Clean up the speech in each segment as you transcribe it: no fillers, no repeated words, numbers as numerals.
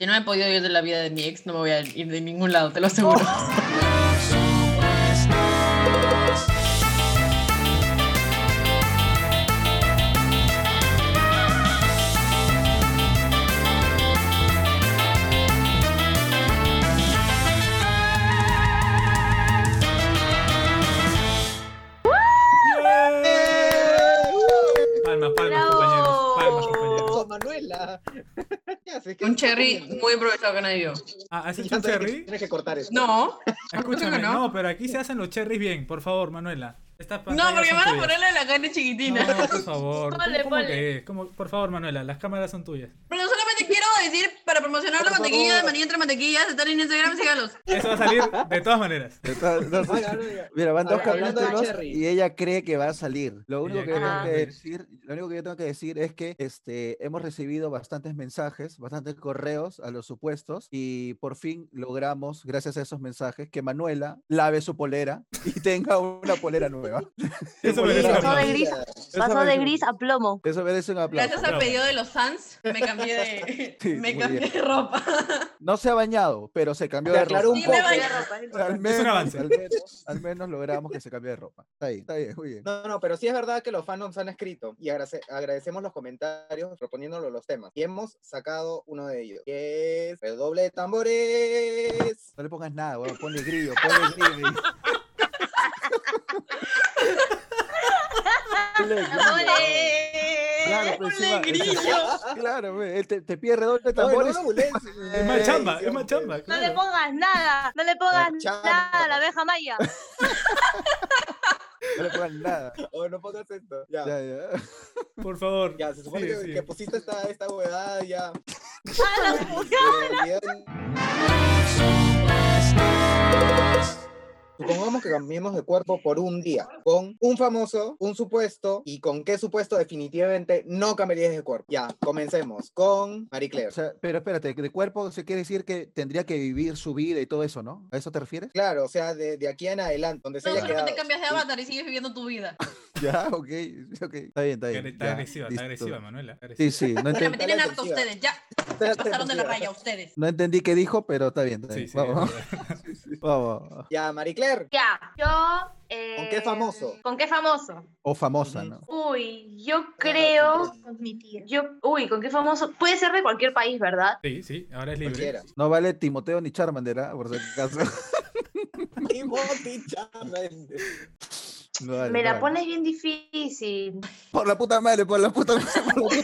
Si no me he podido ir de la vida de mi ex, no me voy a ir de ningún lado, te lo aseguro. Palmas, compañeros. Palmas, compañeros. Manuela. Un cherry muy aprovechado que nadie vio. ¿Has hecho un cherry? Tienes que cortar eso. No. Escúchame, no. no, pero aquí se hacen los cherries bien, por favor, Manuela. No, porque van a ponerle la carne chiquitina. No, por favor. Ponle, ¿Cómo ponle. que es? Por favor, Manuela, las cámaras son tuyas. Pero solamente quiero decir, para promocionar la mantequilla de maní entre mantequillas, están en Instagram, sígalos. Eso va a salir de todas maneras. Mira, van 2 hablando de capítulos Cherry. y ella cree que va a salir. Lo único que yo tengo cree. que decir, es que hemos recibido bastantes mensajes, bastantes correos a los supuestos y por fin logramos, gracias a esos mensajes, que Manuela lave su polera y tenga una polera nueva. Eso merece un Pasó de aplauso. gris, pasó de gris a plomo. Eso merece un aplauso. Gracias al pedido de los Sans, me cambié de, Sí, me muy cambié bien. de ropa. No se ha bañado, pero se cambió Se de aclaró ropa. un Sí, me poco. bañé. Al menos, un avance. al menos logramos que se cambie de ropa. Está bien, muy bien. No, pero sí es verdad que los fans han escrito y agradecemos los comentarios proponiéndonos los temas. Y hemos sacado uno de ellos, que es el doble de tambores. No le pongas nada, weón, ponle grillo, ponle grillo. Ponle grillo. Claro, pero Ponle encima- grillo. Claro, güey, él te pierde doble No, tambores. no, no, Es más chamba, es más chamba. No le Claro. pongas nada, no le pongas Chamba. nada a la abeja maya. No le pongas nada. Oh, no pongas esto. Ya. Ya. Por favor. Ya, se supone Sí. que pusiste esta huevada ya. ¡A la puta! Supongamos que cambiemos de cuerpo por un día, con un famoso, un supuesto, y con qué supuesto definitivamente no cambiarías de cuerpo. Ya, comencemos con Marie O Claire. sea, pero espérate, de cuerpo se quiere decir que tendría que vivir su vida y todo eso, ¿no? ¿A eso te refieres? Claro, o sea, de aquí en adelante, donde se No, haya solamente quedado. cambias de avatar y sigues viviendo tu vida. Ya, ok. Está bien. Está ya, agresiva, listo. está agresiva, Manuela. está Sí, agresiva. sí, no, Mira, me enten- tienen harto ustedes, ya. Pasaron de la raya ustedes. no entendí qué dijo, pero está bien. Sí, sí. Vamos, es verdad. vamos. Ya, Marie Claire. Ya, yo... ¿Con qué famoso? ¿Con qué famoso? O famosa, ¿no? Uy, yo creo... ¿con qué famoso? Puede ser de cualquier país, ¿verdad? Sí, sí, ahora es libre. Cualquiera. No vale Timoteo ni Charmander, ¿ah? Por si acaso. Timothy Chalamet. No vale, Me no la vale. pones bien difícil. Por la puta madre, por la puta madre.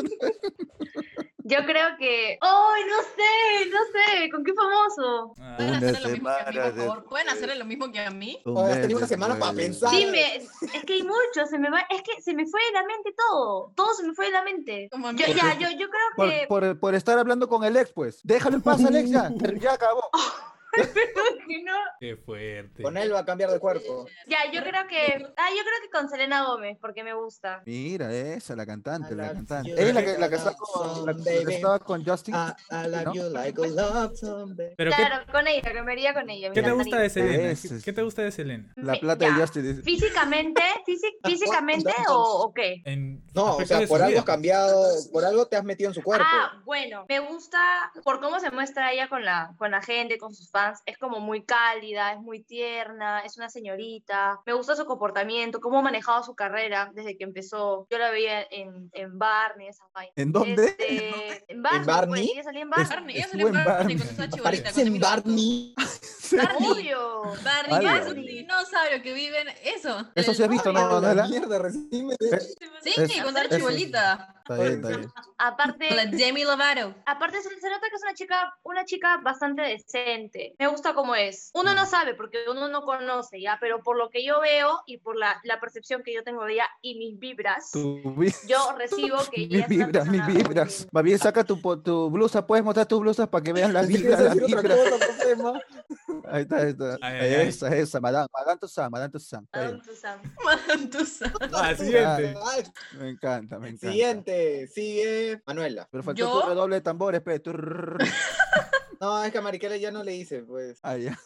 Yo creo que... ¡Ay, no sé! ¿Con qué famoso? Ah, Pueden Una hacerle lo mismo que a mí, semana por de- favor. Pueden hacerle lo mismo que a mí. Oye, has tenido una semana para pensar. Dime, es que hay muchos, es que se me fue de la mente todo se me fue de la mente. Como a mí. Yo creo que... Por estar hablando con el ex, pues. Déjalo en paz, Alex, ya acabó. que no. qué fuerte. Con él va a cambiar de cuerpo. Ya, yo creo que con Selena Gómez, porque me gusta. Mira, esa, la cantante, I la love cantante. you Ella es like la que a está love con, song, la que baby. estaba con Justin. I love ¿no? you like a love song, baby. Pero Claro, con ella, que me iría con ella. me ¿qué te gusta encantaría. de Selena? Ese. ¿Qué te gusta de Selena? La Me- plata ya. de Justin. Dice. Físicamente, físicamente o qué? En No, o aspectos sea, de su por algo vida. has cambiado, por algo te has metido en su cuerpo. Ah, bueno, me gusta por cómo se muestra ella con la gente, con sus fans. Es como muy cálida, es muy tierna, es una señorita. Me gusta su comportamiento, cómo ha manejado su carrera desde que empezó. Yo la veía en Barney, esa vaina. ¿En dónde? En Barney. Barney? Pues, ella salía en Barney. Barney, ella Estuvo salió en en Barney Barney. cuando estaba chibolita. Aparece en Barney. Barney. Obvio. Barney, Ala. que es un dinosaurio que vive en eso. Eso sí has visto, ¿no, Ah, la Manuela? mierda, recién me... Sí, Es- cuando era eso. chibolita. Está bien. Aparte, Con la Demi Lovato. aparte se nota que es una chica bastante decente. Me gusta cómo es. Uno no sabe porque uno no conoce ya, pero por lo que yo veo y por la percepción que yo tengo de ella y mis vibras, yo recibo que ella Mis es una vibras, mis persona vibras. Más bien, saca tu blusa. ¿Puedes mostrar tus blusas para que vean las vibras? Las vibras. Ahí está. Ay. Esa. Madame Toussaint. Está bien. Madame Tussauds. Marantusa. Ah, siguiente. Me encanta. Siguiente, sigue Manuela. Pero faltó ¿Yo? tu redoble de tambores, pe. No, es que a Mariquela ya no le hice, pues. Ah, ya.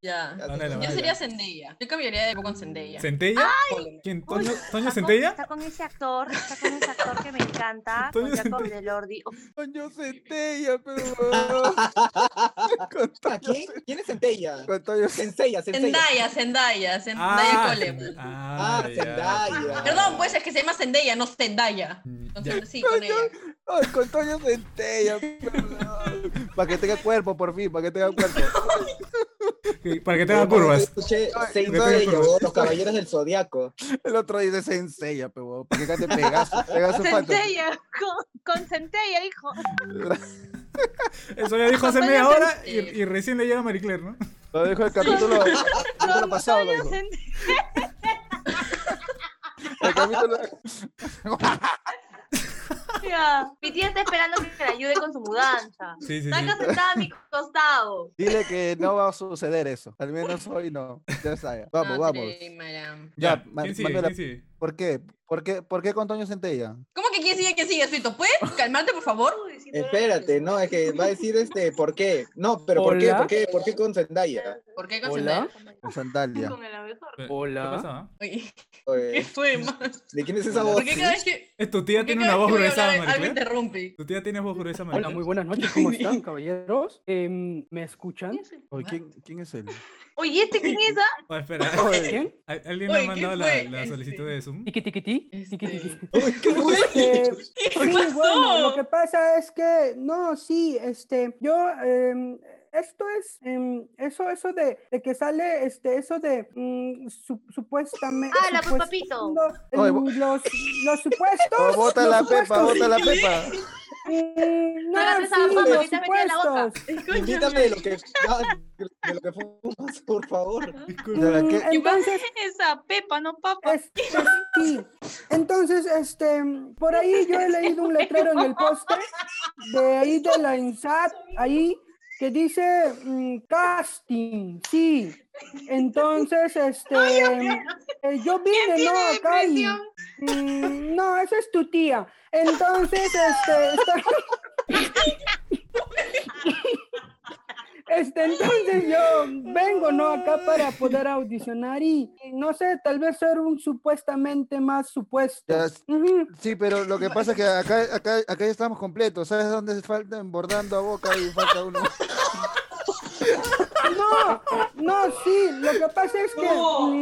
Ya. Dale, Yo dale. sería Zendaya. Yo cambiaría de época con Zendaya. ¿Centella? ¿Quién? ¿Toño Centella? Está con ese actor que me encanta, Toño con Jacob Centella. Elordi. Uf, Toño Centella, pero. ¿A quién? ¿Quién es Zendaya? Con Toño Senseiya. Zendaya Coleman. Ah, Zendaya. Perdón, pues es que se llama Zendaya, no Zendaya. Entonces sí, con ella. Ay, con Toño Centella, para que tenga cuerpo, por fin, para que tenga cuerpo. Para que tenga curvas. Escuché Ay, Senseiya, los caballeros del zodiaco. El otro dice Senseiya, pero para que cante Pegaso. Pegaso falta. Centella, con Centella, hijo. Eso ya dijo hace Toño media hora Centella. y recién le llega a Marie Claire, ¿no? Lo dijo el capítulo pasado. Lo dijo. El capítulo. Ya. Mi tía está esperando que la ayude con su mudanza. Sí, sí, Está sí. acá sentada a mi costado. Dile que no va a suceder eso. Al menos hoy no. Ya está. Ya. Vamos, vamos. Ya, ¿Quién sigue? Manuela, ¿Quién sigue? ¿por qué? ¿Por qué con Toño Centella? ¿Cómo que quién sigue, Suito? ¿Puedes calmarte, por favor? Espérate, no, es que va a decir ¿por qué? No, pero ¿por qué? Hola. ¿Por qué con Zendaya? ¿Por qué con Hola. Zendaya? Con Sandalia. Con el abejorro. ¿Qué Hola. pasa? Oye, Oye, ¿qué fue, man? ¿de quién es esa voz? ¿Por qué cada vez que, Es tu tía por qué tiene cada una vez voz que voy a gruesa, hablar, Marie algo Claire. interrumpe? Tu tía tiene voz gruesa, Marie Hola, Claire. muy buenas noches, ¿cómo están, caballeros? ¿Me escuchan? Oye, ¿quién es él? Oye, quién es? Oh, espera. ¿Quién? ¿Alguien me ha Oye, mandado ¿qué la fue? la solicitud de Zoom? Tiki tiki ti. Este- Tiki tiki. Uy, ¿qué fue? ¿Qué Sí, pasó? bueno, lo que pasa es que, no, sí, yo, esto es, eso de que sale, eso de, supuestamente, Ah, la Peppa Pito. Oye, los supuestos. Oh, bota la los pepa, supuestos, bota la pepa. No, Sácate esa sí, papa, los ahorita metí en la boca. supuestos. Invítame de lo que fumas, por favor. Disculpa. Ya, ¿qué? Entonces, Esa Pepa, no papa. sí. Entonces, por ahí yo he leído un letrero en el poste de ahí de la INSAT, ahí, que dice casting, sí. Entonces, yo vine, ¿no? Acá y, no, esa es tu tía. Entonces, entonces yo vengo, ¿no? Acá para poder audicionar y no sé, tal vez ser un supuestamente más supuesto. Ya, Ujú. sí, pero lo que pasa es que acá ya estamos completos. ¿Sabes dónde falta? Bordando a Boca y falta uno. No, sí, lo que pasa es que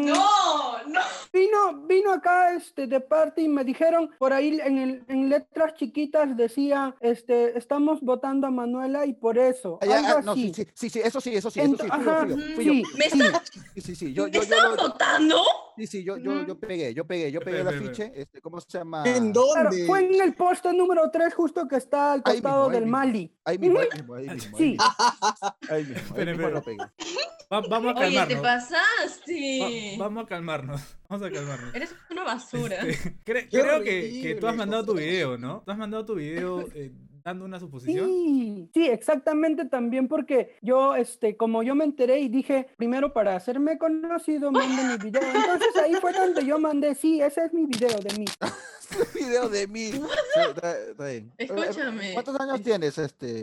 vino acá de parte y me dijeron por ahí en letras chiquitas decía estamos votando a Manuela y por eso, Ah, ya, algo no, así. sí, eso sí, Ajá, fui yo. sí. ¿Me está- Sí, ¿Me estaban votando? sí, yo pegué el afiche, ¿cómo se llama? ¿En Claro, dónde? fue en el poste número 3 justo que está al Ahí costado mismo, ahí del mismo. Mali. Ahí mismo. Sí. Ahí mismo Espera. lo pegué. Vamos a Oye, te calmarnos. pasaste. Vamos a calmarnos. Vamos a calmarnos. Eres una basura. Creo que tú has horrible. mandado tu video, ¿no? Tú has mandado tu video dando una suposición. Sí, exactamente también porque yo, como yo me enteré y dije, primero para hacerme conocido, mando mi video. Entonces ahí fue donde yo mandé, sí, ese es mi video de mí. Video de mí. Sí, está bien. Escúchame. ¿Cuántos años tienes,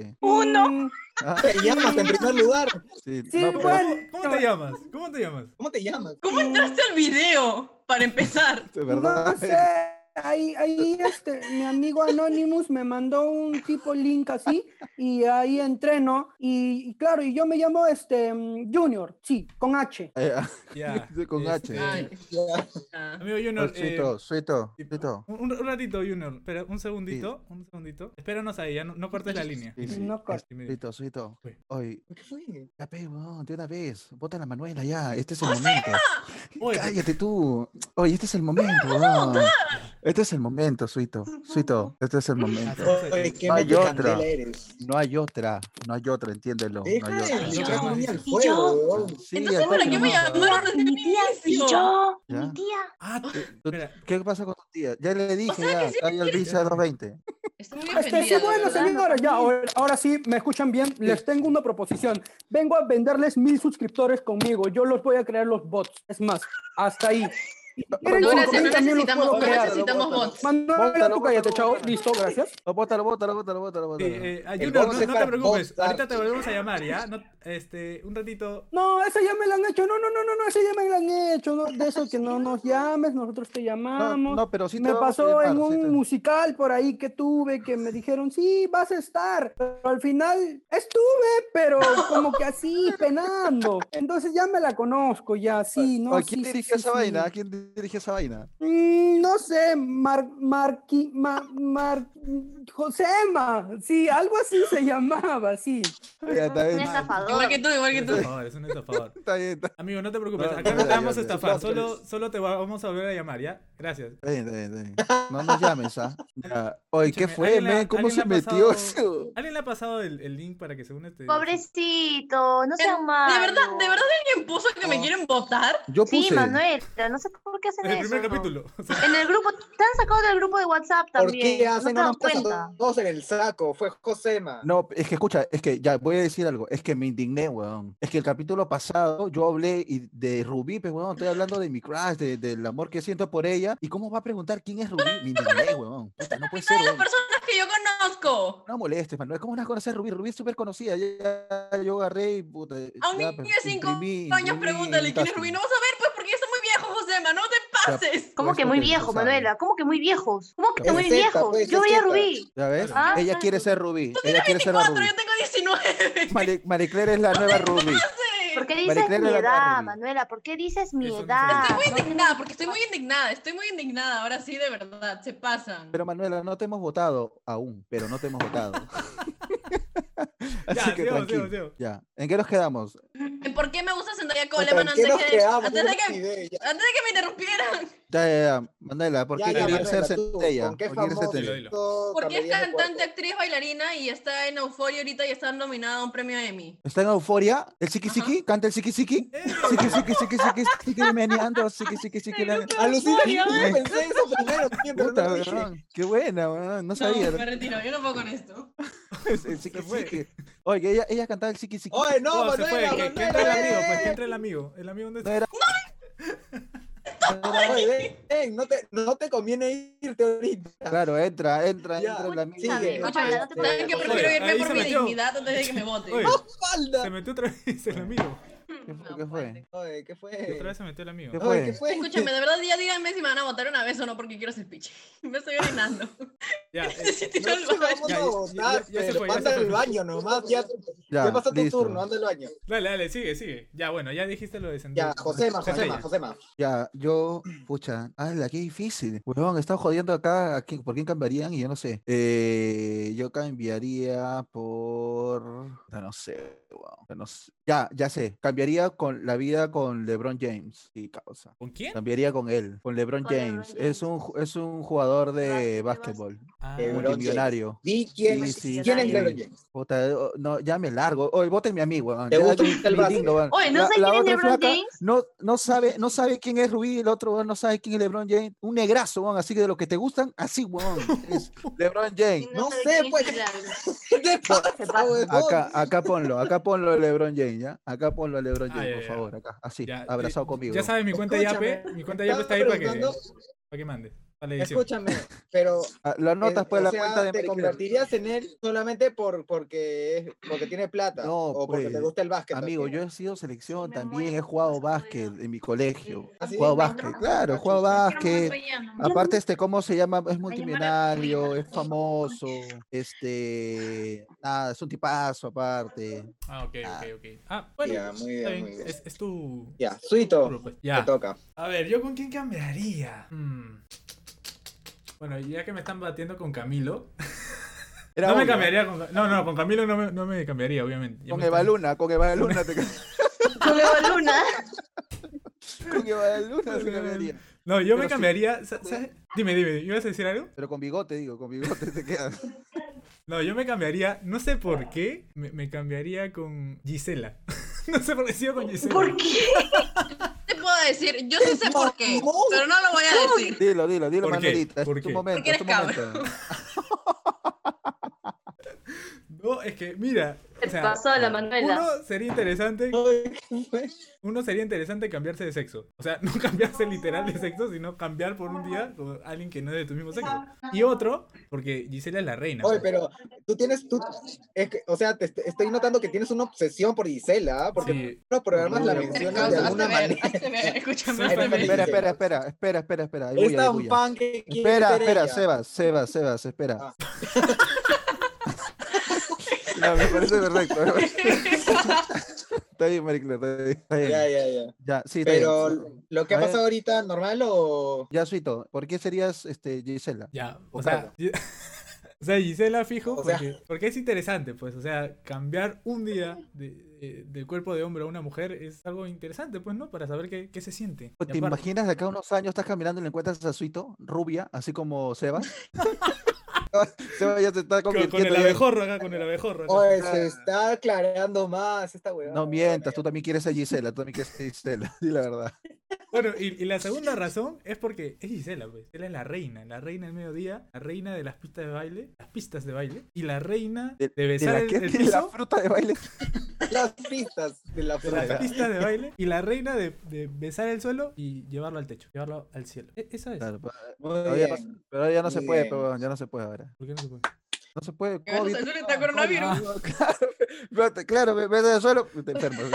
Uno. Ah, Te llamas en primer lugar. sí, Sí, no, pero- bueno. ¿Cómo te llamas? ¿Cómo te llamas? ¿Cómo te llamas? ¿Cómo entraste al video? Para empezar. de verdad. No sé, ahí mi amigo Anonymous me mandó un tipo link así y ahí entré, ¿no? Y claro, y yo me llamo Junior, sí, con H. Ya. Con H. Ay, Ya. ah. Amigo Junior, Suito. un ratito, Junior. Espera, un segundito. Espéranos ahí, ya no cortes la línea. Sí, sí. No cortes. Suito. Uy. Oye, ¿Qué fue? ya pegó, de una vez. Vota a la Manuela ya. Este es el momento. Oye, Cállate tú. Oye, este es el momento. weón. Este es el momento, Suito. Este es el momento. Oye, qué No hay mete otra. candela eres. No hay otra, entiéndelo. Deja No hay de otra. echar no. leña al ¿Y fuego, yo? weón. Sí, Entonces, al ¿para toque qué me nomás. llamaron desde el Mi tía, y inicio? yo, y ¿Ya? mi tía. espera. ¿Qué pasa con tu tía? Ya le dije, sea, ya, que sí calla el visa 220. Estoy muy Sí, ofendida. bueno, de verdad. señores, ya, ahora sí, me escuchan bien, les tengo una proposición. Vengo a venderles 1000 suscriptores conmigo, yo los voy a crear los bots, es más, hasta ahí. quieren No, 5.000 gracias, no también los necesitamos, puedo no crear. necesitamos bots. Manuela, tú cállate, chao. Listo, gracias. Bótalo. Sí, Junior, bono no es te para preocupes. votar. Ahorita te volvemos a llamar, ¿ya? No, un ratito. No, esa ya me la han hecho. No, esa ya me la han hecho. No, de eso que no nos llames, nosotros te llamamos. No, pero sí te Me vamos a pasó en llamar, sí un musical por ahí que tuve, que me dijeron, sí, vas a estar. Pero al final estuve, pero como que así, penando. Entonces ya me la conozco, ya, sí, ¿no? Oye, ¿quién Sí, dirige sí, esa sí. vaina? ¿Quién dirige esa vaina? No sé, Josema, sí, algo así se llamaba, sí. Ya, está Un bien. estafador. Igual que tú, igual que Es tú. un estafador, es un estafador. Está bien. Amigo, no te preocupes. No, Acá no, no te ya, vamos a ya, ya. estafar. Solo te vamos a volver a llamar, ¿ya? Gracias. Está bien. No nos llames, ¿ah? Ya. Oye, ¿qué Escúchame, fue, ¿alguien le ha- men? ¿Cómo alguien se le ha metió pasado- eso? ¿Alguien le ha pasado el link para que se une este? Pobrecito, no sean malos. ¿De verdad alguien puso que me quieren votar? Yo Sí, puse. Manuela, no sé por qué hacen En el eso. primer capítulo. O sea, En el grupo, te han sacado del grupo de WhatsApp ¿Por también. qué ¿No hacen te das una cosa cuenta? todos en el saco? Fue Josema. No, es que escucha, es que ya voy a decir algo, es que me indigné, weón. Es que el capítulo pasado yo hablé de Rubí, pues, weón, estoy hablando de mi crush, del amor que siento por ella. ¿Y cómo va a preguntar quién es Rubí? Me indigné, weón. Puta, no puede ser, Todas las weón. personas que yo conozco. No molestes, Manuel. ¿Cómo no vas a conocer a Rubí? Rubí es súper conocida. Yo agarré y puta. A un ya, niño pues, de 5 imprimí años pregúntale un quién es casting. Rubí. No vas a ver, pues, porque ya está muy viejo, Josema. No te pases. ¿Cómo que Pues, muy porque viejo, se sabe. Manuela? ¿Cómo que muy viejos? ¿Cómo que Es muy Z, viejos? pues, Yo es veía a Z. Rubí. ¿Ya ves? Ah, Ella quiere ser Rubí. Ella quiere ser la 24, Rubí. yo tengo 19. Maricler es la nueva Rubí. ¿Por qué María dices Clara mi era la edad, Rubí. Manuela? ¿Por qué dices mi Eso no edad? se Estoy muy No tienes- indignada, porque estoy muy indignada. Estoy muy indignada. Ahora sí, de verdad. Se pasan. Pero Manuela, no te hemos votado aún, pero no te hemos votado. Así Ya, que sigamos, tranquilo. sigamos. Ya. ¿En qué nos quedamos? ¿Por qué me gusta Zendaya ¿En Coleman qué antes nos quedamos? antes de No que, tengo idea, ya. antes de que me interrumpieran? Ya. Manuela, ¿por qué Ya, querías Manuela, ser tú, centella? ¿con qué ¿Por qué quieres ser famoso Dilo, centella? dilo. Porque es cambiarías de cantante, cuerpo? actriz, bailarina y está en Euphoria ahorita y está nominada a un premio Emmy. ¿Está en euforia? ¿El Siki Siki? ¿Canta el Siki Siki? Siki, meneando, Siki, Alucina, Euforia, yo pensé eso primero, pero Puta, no lo dije. weón, qué buena, weón, no No, sabía. me retiro, yo no puedo con esto. El Siki Se fue. Siki. Oye, ella cantaba el Siki Siki. Oye, no, Oh, se fue. Manuela, Que entre el amigo, pues, que Manuela. entre el amigo. ¿El amigo dónde No está? era. Oye, ven, no te conviene irte ahorita. Claro, entra Ya, el amigo. sigue. Manuela, no te ¿Saben que Oye, prefiero irme ahí por se mi metió. dignidad antes de que me voten? Oye, ¡Falda! se metió otra vez el amigo. ¿Qué fue? Oye, ¿qué fue? Otra vez se metió el amigo. ¿Qué Oye, ¿qué fue? fue? Escúchame, de verdad, ya díganme si me van a votar una vez o no, porque quiero ser piche. Me estoy orinando. Ya, Necesito ir No al te baño. vamos Ya, a ya votar, se pero fue, ya anda se al fue. baño nomás, ya Ya, pasó tu listo. turno, anda al baño. dale, sigue. Ya, bueno, ya dijiste lo de Zendaya. Ya, Josema. Ya, yo, pucha, ala, qué difícil. Huevón, he estado jodiendo acá, ¿por quién cambiarían? Y yo no sé. Yo cambiaría por... No sé, huevón, no sé. Ya sé, cambiaría con la vida con LeBron James. Y causa. ¿Con quién? Cambiaría con él, con LeBron Con LeBron James. James. Es un jugador de Básquet, básquetbol, Ah, LeBron multimillonario. Di quién, Sí, quién es sí. LeBron James. Puta, no, ya me largo. Oye, voten a mí, weón. ¿Te Ya gusta me el básquet? indigno, weón. Oye, no sé quién es otra LeBron flaca James. no sabe quién es Rubí, el otro weón no sabe quién es LeBron James. Un negrazo, weón, así que de los que te gustan, así, weón. Es LeBron James. No sabe sé, quién es pues. Gerardo. ¿Qué te pasa, Se pasa. huevón? Acá ponlo a LeBron James, ¿ya? Acá ponlo a LeBron James, ya, por ya. favor, acá, así, ya, abrazado conmigo. Ya sabes, mi cuenta Escúchame, Yape. Mi cuenta Yape está ahí estaba para preguntando- que mande. Para la edición. Escúchame, pero Lo anotas, pues, o la sea, cuenta de ¿te Marie Claire. convertirías en él solamente porque tiene plata? No, ¿O porque pues, te gusta el básquet? Amigo, también? yo he sido selección Me también, muero, he jugado no básquet puedo. en mi colegio. ¿Ah, sí? He jugado Me básquet, encanta. claro, he jugado básquet. Relleno. Aparte, ¿cómo se llama? Es a multimillonario, es famoso, nada, es un tipazo aparte. Ah, ok. Ah, bueno. Ya, muy está bien, muy bien. Es tu... Ya, Suito, tu pues. te Ya. toca. A ver, ¿yo con quién cambiaría? Bueno, ya que me están batiendo con Camilo. Era no me obvio, cambiaría con... No, con Camilo no me cambiaría, obviamente. Ya Con me están- Evaluna, con Evaluna Con Eva Luna. con Evaluna se cambiaría. No, yo Pero me sí. cambiaría... ¿sabes? Dime, ¿ibas a decir algo? Pero con bigote, digo, con bigote te quedas. No, yo me cambiaría, no sé por qué, me cambiaría con Gisela. No sé por qué sigo con Gisela. ¿Por qué? Te puedo decir, yo sí sé por qué, pero no lo voy a decir. Dilo, ¿Por qué? Manuelita, ¿Por es tu qué? momento, Porque es eres tu momento. No, es que, mira. ¿Qué O sea, pasó la Manuela? uno sería interesante cambiarse de sexo. O sea, no cambiarse literal de sexo, sino cambiar por un día con alguien que no es de tu mismo sexo. Y otro, porque Gisela es la reina. Oye, pero o sea, estoy notando que tienes una obsesión por Gisela, ¿ah? Porque Sí. los programas la Hazte mencionan de alguna manera. Escúchame. Soy fan de Espera, Gisela. espera. Ahí voy, Es ahí tan voy ya. fan que quiere Espera, ser ella. Sebas, espera. Ah. No, me parece perfecto. Está bien, Maricler, está bien. Ya. Ya, sí, está bien. Pero lo que ha A ver. pasado ahorita, ¿normal o...? Ya, Suito, ¿por qué serías Gisela? Ya, o O sea, o sea, Gisela fijo, O sea- porque es interesante, pues, o sea, cambiar un día del cuerpo de hombre a una mujer es algo interesante, pues, ¿no? Para saber qué se siente. Y ¿Te aparte- imaginas de acá a unos años estás caminando y le encuentras a Suito, rubia, así como Sebas? Sebas ya se está Con convirtiendo el ya en- abejorro acá, con el abejorro acá. Oye, se está aclarando más esta huevada. No mientas, tú también quieres a Gisela, tú también quieres a Gisela, di la verdad. Bueno, y la segunda razón es porque es Gisela, pues. Ella es la reina del mediodía, la reina de las pistas de baile, y la reina de besar la, el ¿qué? ¿De la piso, fruta de baile? Las pistas de la de las fruta. pistas de baile, y la reina de besar el suelo y llevarlo al techo, llevarlo al cielo. Esa es. Claro, Muy pero ya bien. pero ahora ya no se Muy puede, bien. pero ya no se puede ahora. ¿Por qué no se puede? No se puede, Que COVID. el suelo está coronavirus. Claro, ves el suelo, te enfermas.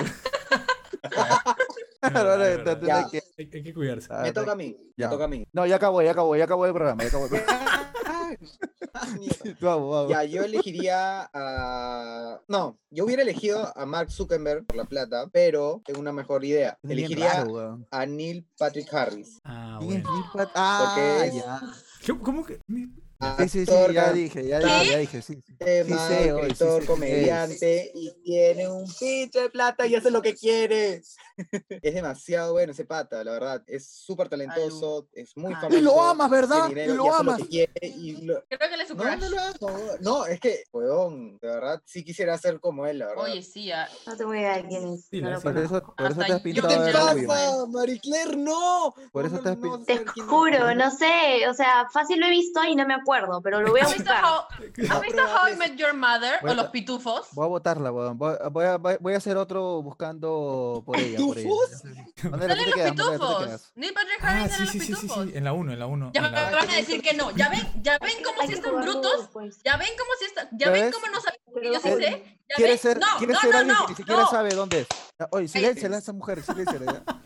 Claro, ahora verdad, te- te- ya. que- Hay que cuidarse. Ah, Me toca a mí. Ya. Me toca a mí. No, ya acabó el programa, ya acabó el programa. Ah, mierda. Vamos. Ya, yo elegiría a... No, yo hubiera elegido a Mark Zuckerberg por la plata, pero tengo una mejor idea. Es bien Elegiría raro, weón. a Neil Patrick Harris. Ah, ¿Quién es bueno. Neil Porque es- ya. ¿Cómo que? Sí, Actor, ya dije, ya dije, sí. tema, Sí sé, oye, escritor, sí sé comediante y tiene un pinche de plata y hace lo que quiere. Es demasiado bueno ese pata, la verdad. Es súper talentoso, es muy Ah. famoso. Y lo amas, ¿verdad? tiene dinero Y lo hace amas. Lo que quiere y lo... Creo que le es su No, crush. no lo amo. No, es que, weón, de verdad, sí quisiera ser como él, la verdad. Oye, sí, No tengo idea de quién es. Sí, no la lo sí, Por conozco. eso te Hasta has yo ¿Qué pintado te de quiero rubio. pasa, Marie Claire? No. Por eso te has no Te ser quien- juro, no sé, o sea, fácil lo he visto y no me acuerdo, pero lo voy a ¿Has visto buscar. ¿Has visto How I Met Your Mother Voy a- o Los Pitufos? Voy a votarla, weón. Voy a hacer otro buscando por ella. ¿Pitufos? Manuela, Salen ¿tú te Los quedas? Manuela, ¿tú te Pitufos. quedas? Neil Patrick Ah, Harris sí, en Los sí, sí, sí, Pitufos. sí. En la 1, en la 1. Ya me van a decir que no. Ya ven cómo Hay si que están jugarlo brutos. después. Ya ven cómo si están. Ya ¿Ya ven ves? cómo no saben que Pero yo sí no- sé. ¿Ya ¿Quieres ven? ser, No, ¿quieres no, ser no, alguien no, que ni siquiera no. sabe dónde es? Oye, silénciala a esa mujer, silénciala ya.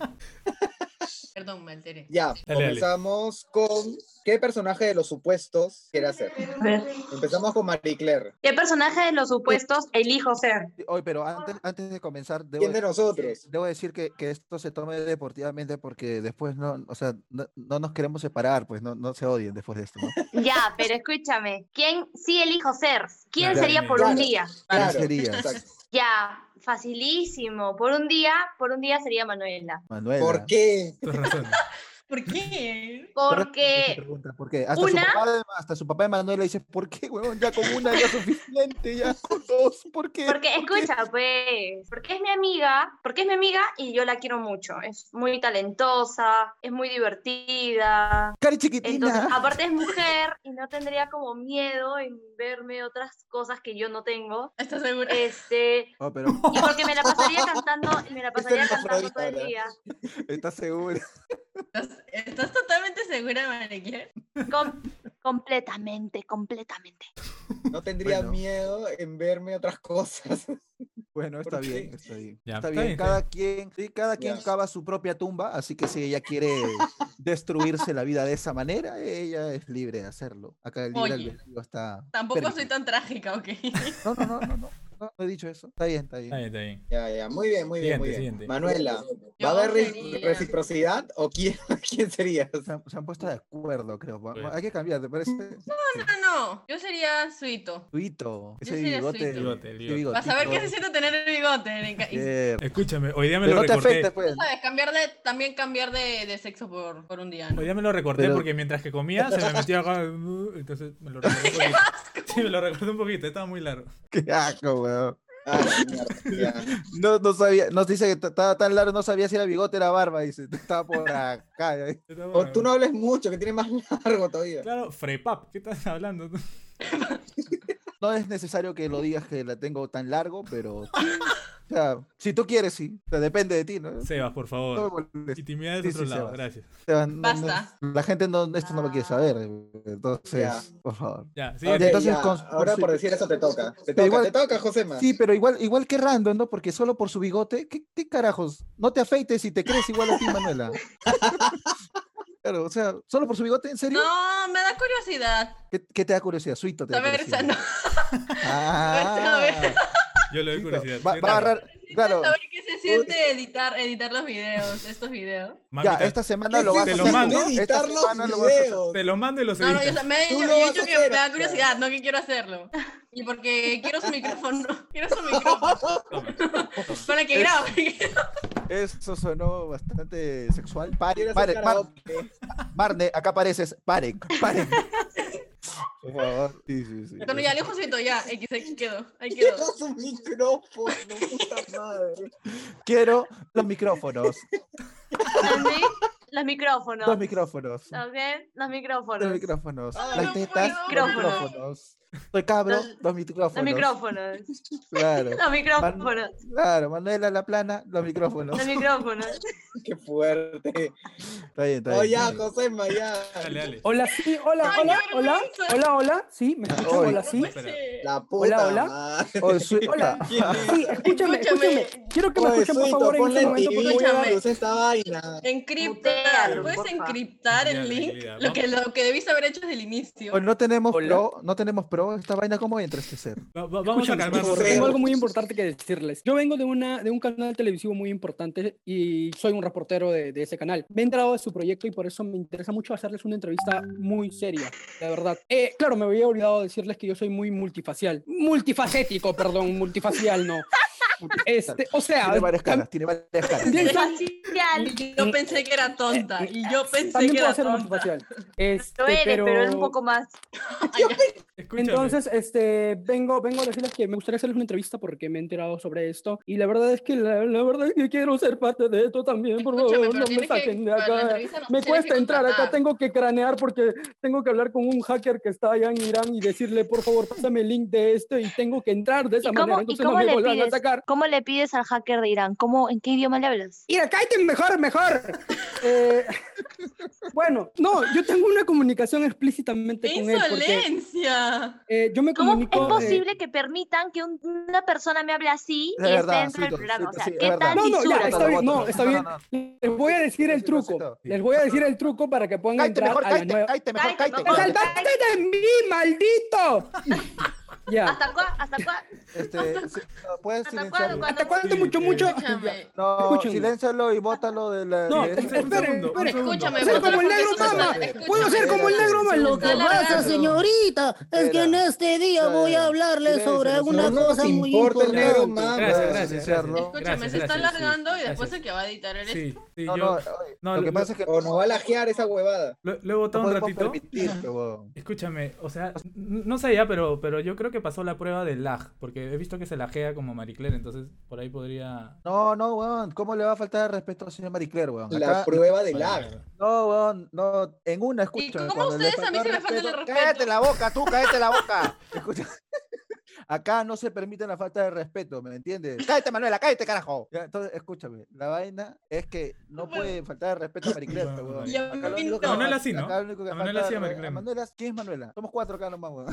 Perdón, me alteré. Ya, Dale. comenzamos con ¿qué personaje de los supuestos quiere hacer? A ver, Empezamos con Marie Claire. ¿qué personaje de los supuestos elijo ser? Oye, pero antes de comenzar, ¿Quién de nosotros? debo decir que esto se tome deportivamente porque después no, o sea, no nos queremos separar, pues no se odien después de esto, ¿no? Ya, pero escúchame, ¿quién sí elijo ser? ¿Quién Claro, sería por un claro. día? Claro, ¿Quién sería? exacto. Ya, facilísimo. Por un día sería Manuela. Manuela. ¿Por qué? Tus razones. ¿Por qué? Porque ¿Por qué? Hasta una- su papá de Manuela dice, ¿por qué, huevón? Ya con una ya es suficiente, ya con dos, ¿por qué? Porque, escucha, pues, porque es mi amiga y yo la quiero mucho. Es muy talentosa, es muy divertida. Cari Entonces, chiquitina. aparte es mujer y no tendría como miedo en verme otras cosas que yo no tengo. ¿Estás segura? Oh, pero Y porque me la pasaría cantando todo hermafrodita, el ¿no? día. ¿estás segura? ¿Estás totalmente segura, Marie Claire? Completamente. No tendría Bueno. miedo en verme otras cosas. Bueno, está ¿Por qué? bien, está bien. Ya, Está está bien, bien, cada quien Ya. cava su propia tumba, así que si ella quiere destruirse la vida de esa manera, ella es libre de hacerlo. Acá el libre Oye, albedrío está Tampoco soy permitido. tan trágica, ¿ok? No he dicho eso. Está bien, está bien. Está bien, está bien. Ya, muy bien, muy bien, muy bien. Siguiente. Manuela, Yo ¿va a haber sería- reciprocidad o quién serías? Se han puesto de acuerdo, creo. Bueno. Hay que cambiar, ¿te parece? No, yo sería Suito. Tuito. Ese sería bigote. Suito. Bigote, ese bigote. bigotito. Vas a ver qué se siente tener el bigote. Y Bien. Escúchame, hoy día me Pero lo no te recorté. afecta, pues. sabes, también cambiar de sexo por un día, ¿no? Hoy día me lo recorté Pero- porque mientras que comía se me metía acá. Entonces me lo recorté un poquito. Sí, me lo recorté un poquito, estaba muy largo. Qué asco, weón. Ah, mierda, ya. No sabía, nos dice que estaba tan largo, no sabía si era bigote o era barba, dice. Estaba por acá. ¿eh? O tú no hables mucho, que tiene más largo todavía. Claro, Frepap, ¿qué estás hablando tú? no es necesario que lo digas que la tengo tan largo, pero... O sea, si tú quieres, sí. O sea, depende de ti, ¿no? Sebas, por No favor. me molestes. Intimidad Sí, es otro sí, lado, Sebas. gracias. Sebas, Basta. la gente esto no lo quiere saber. Entonces, Ya. por favor. Ya, sí. Ok, Entonces, ya, con- ahora su- por decir eso te toca. Te Pero toca, igual- te toca, Josema. Sí, pero igual que Random, ¿no? Porque solo por su bigote, ¿qué carajos? No te afeites y te crees igual a ti, Manuela. Claro, o sea, solo por su bigote, ¿en serio? No, me da curiosidad. ¿Qué te da curiosidad? Suito te da Saber, curiosidad. no, Ah, Yo le doy Suito. curiosidad. Va Sí, a agarrar, claro. saber qué se siente editar los videos, estos videos. Ya, Mamita, esta semana ¿Qué lo vas te a lo hacer. mando. Esta Editar los semana lo vas a hacer. videos. te lo mando y los No, no, editas. Tú yo lo he vas dicho a que hacer, me da Oscar. curiosidad, no que quiero hacerlo. Y porque quiero su micrófono, quiero su micrófono para que grabe. Eso sonó bastante sexual. Paren, Quiero hacer paren, karaoke. Marne, acá pareces. Paren. Por favor. Sí. Bueno, ya, lejosito, ya, X quedó, ahí Quiero quedó. su micrófono, puta madre. Quiero los micrófonos. ¿Entendí? Los micrófonos. Los micrófonos. ¿Ok? Los Los micrófonos. micrófonos. Ay, Las no tetas, puedo. los micrófonos. Soy cabro, Los- los micrófonos. Los micrófonos. Claro. Los micrófonos. Claro, Manuela la plana, los micrófonos. Los micrófonos. Qué fuerte. Está bien, está bien. Oh, ya, Josema, ya. Dale, dale. Hola, sí, hola, Ay, hola, qué hola, vergüenza. hola, sí, ¿me escuchan? Oy. Hola, sí. Espera. La puta Hola. madre. Oh, Suita. Hola. ¿Quién es? Sí, escúchame. Quiero que me Oye, escuchen, por Suito, favor, en ponle este momento, porque voy a... Escúchame. usa esta vaina. Encriptar, Mutealo, puedes porfa. encriptar Ya, el link, tranquilidad, lo que debiste haber hecho desde el inicio. Hoy no tenemos Hola. pro, no tenemos pro. Esta vaina, ¿cómo entra este ser? Vamos a Escúchame, calmarnos. por favor. tengo algo muy importante que decirles. Yo vengo de un canal televisivo muy importante y soy un reportero de ese canal. Me he enterado de su proyecto y por eso me interesa mucho hacerles una entrevista muy seria, de verdad. Claro, me había olvidado decirles que yo soy muy multifacético, perdón, multifacial, no. O sea, Tiene varias caras, tiene varias caras. también soy- Facial. Y yo pensé que era tonta, y yo pensé también que puedo era ser tonta. multifacial. Lo eres, pero es un poco más. Escúchame. Entonces, vengo a decirles que me gustaría hacerles una entrevista porque me he enterado sobre esto y la verdad es que la verdad es que quiero ser parte de esto también, por Escúchame, favor, pero no me tienes que- saquen de para la acá. entrevista nos Me tienes que cuesta entrar acá, contratar. tengo que cranear porque tengo que hablar con un hacker que está allá en Irán y decirle, por favor, pásame el link de esto y tengo que entrar de esa ¿Y manera, cómo, entonces no me le vuelvan a pides? atacar. ¿Cómo le pides al hacker de Irán? ¿En qué idioma le hablas? Mira, cállate mejor. Bueno, no, yo tengo una comunicación explícitamente ¡Qué con él porque insolencia! yo me ¿Cómo comunico... es posible que permitan que una persona me hable así y Es esté verdad, dentro del Suito, programa? O sea, sí, es ¿qué verdad. tal No, ya, lisura? está bien, no, Bótalo, está bien. Les voy a decir el truco. Les voy a decir el truco para que puedan Cállate entrar mejor, a la cállate, nueva... cállate mejor, Cállate, cállate. ¡Te mejor. salvaste de mí, maldito! Ya. ¿Hasta cuándo? ¿Hasta cuándo? Sí, no, puedes ¿Hasta silenciarlo. cuándo? ¿Hasta cuándo Sí, mucho? Escúchame, No, Escúchenme. siléncialo y bótalo de la. No, de ese- esperen, segundo, esperen. segundo. escúchame. Ser como el porque negro esto se mama. está- escúchame. Puedo ser como el negro mama. Lo que Está pasa, largando. señorita, es que en Espera. este día voy a hablarle Silencio, sobre silencio. una No nos cosa muy importa el negro importante. mama. Gracias, gracias, silenciarlo. gracias. Escúchame, se está Gracias, alargando y sí, después gracias. el que va a editar eres Sí, sí, No, yo no, oye, no, lo que lo- pasa es que O nos va a lajear esa huevada. lo he votado no un podemos ratito. permitir, pero. Escúchame, o sea, no sé ya, pero yo creo que pasó la prueba del lag, porque he visto que se lajea como Marie Claire, entonces por ahí podría... No, weón, ¿cómo le va a faltar el respeto al señor Marie Claire, weón? La prueba de Bueno, lag. No, weón, no, en una, ¿Y escúchame. cómo cuando le ustedes a mí faltó sí me faltan el respeto? Cállate la boca, tú, cállate la boca. Escucha. Acá no se permite la falta de respeto, ¿me entiendes? Cállate, Manuela, cállate, carajo. Ya, entonces, escúchame, la vaina es que no puede faltar el respeto a Marie Claire, Bueno, weón. y a Acá lo mí único que no. A Manuela sí, ¿no? acá lo único que A Manuela falta- sí, a Marie Claire a no. Manuela, ¿quién es Manuela? Somos 4 acá nomás, weón.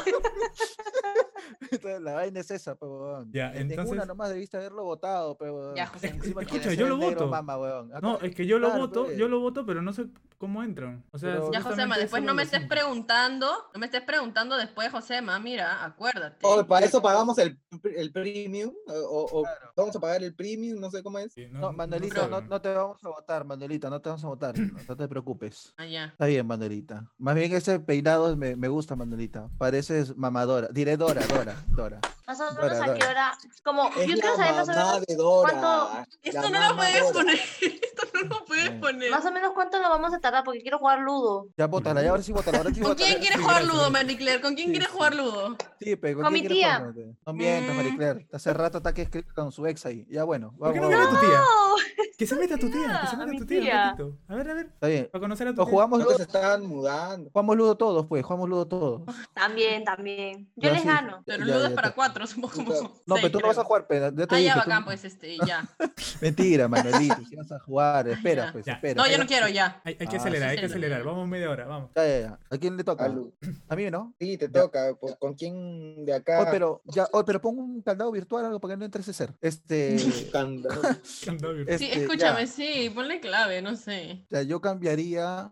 Entonces, la vaina es esa, pero weón. Ya, En entonces- ninguna nomás debiste haberlo votado, pero weón. Ya, José, Encima escucha, quiere yo ser lo el negro voto. mama, weón. Acá- No, es que yo lo Claro, voto, pues. yo lo voto, pero no sé cómo entran. O sea, Pero- Ya, supuestamente Josema, es después solo no me los estés 5. preguntando después, Josema, mira, acuérdate. O para eso pagamos el premium. O Claro. vamos a pagar el premium, no sé cómo es. Sí, No, Manuelita, creo, no te vamos a votar, Manuelita, no te vamos a votar. No te preocupes. Ah, ya. Está bien, Manuelita. Más bien ese peinado me gusta, Manuelita. Pareces mamadora. Diré Dora. Más o menos Dora, a qué Dora. hora. Como, yo Es quiero la saber más o mamá menos de Dora. cuánto- Esto La no lo mamá puedes Dora. poner. Esto no lo puedes poner. más o menos cuánto lo vamos a tardar porque quiero jugar Ludo. Ya bótala, ya ahora sí bótala. Ahora sí ¿Con bótala. quién quieres sí, jugar gracias. Ludo, Marie Claire? ¿Con quién Sí, quieres sí. jugar Ludo? Sí, pero Con quién mi quieres tía. jugar? No mientas, Marie Claire. Hace rato está que escribe con su ex ahí. Ya bueno, ¿Por qué vamos. no viene tu tía? No, Que se meta tu tía, que se A meta mi tu tía un tía. ratito. A ver, Está bien. para conocer a tu O tía. jugamos, Creo que se estaban mudando. jugamos Ludo todos, pues. Jugamos Ludo todos. También. Yo Ya, les sí. gano. Pero Ya, Ludo es ya para está. 4, somos como No, pero 6, tú no vas a creo. jugar, pero ya te Ah, dije. ya, tú bacán, no- pues ya. Mentira, Manuelito. Si vas a jugar, espera, Ya. pues, Ya. espera. No, ya Espera. no quiero, ya. Hay que Ah, acelerar, sí, hay que sí, acelerar. sí. Vamos media hora, vamos. Ya. ¿A quién le toca? Alu. A mí, ¿no? Sí, te Ya. toca. ¿Con quién de Oye, acá? pero pon un candado virtual algo para que no entre ese ser. Candado. Candado virtual. Sí, Este, escúchame, ya. sí, ponle clave, no sé. Ya, yo cambiaría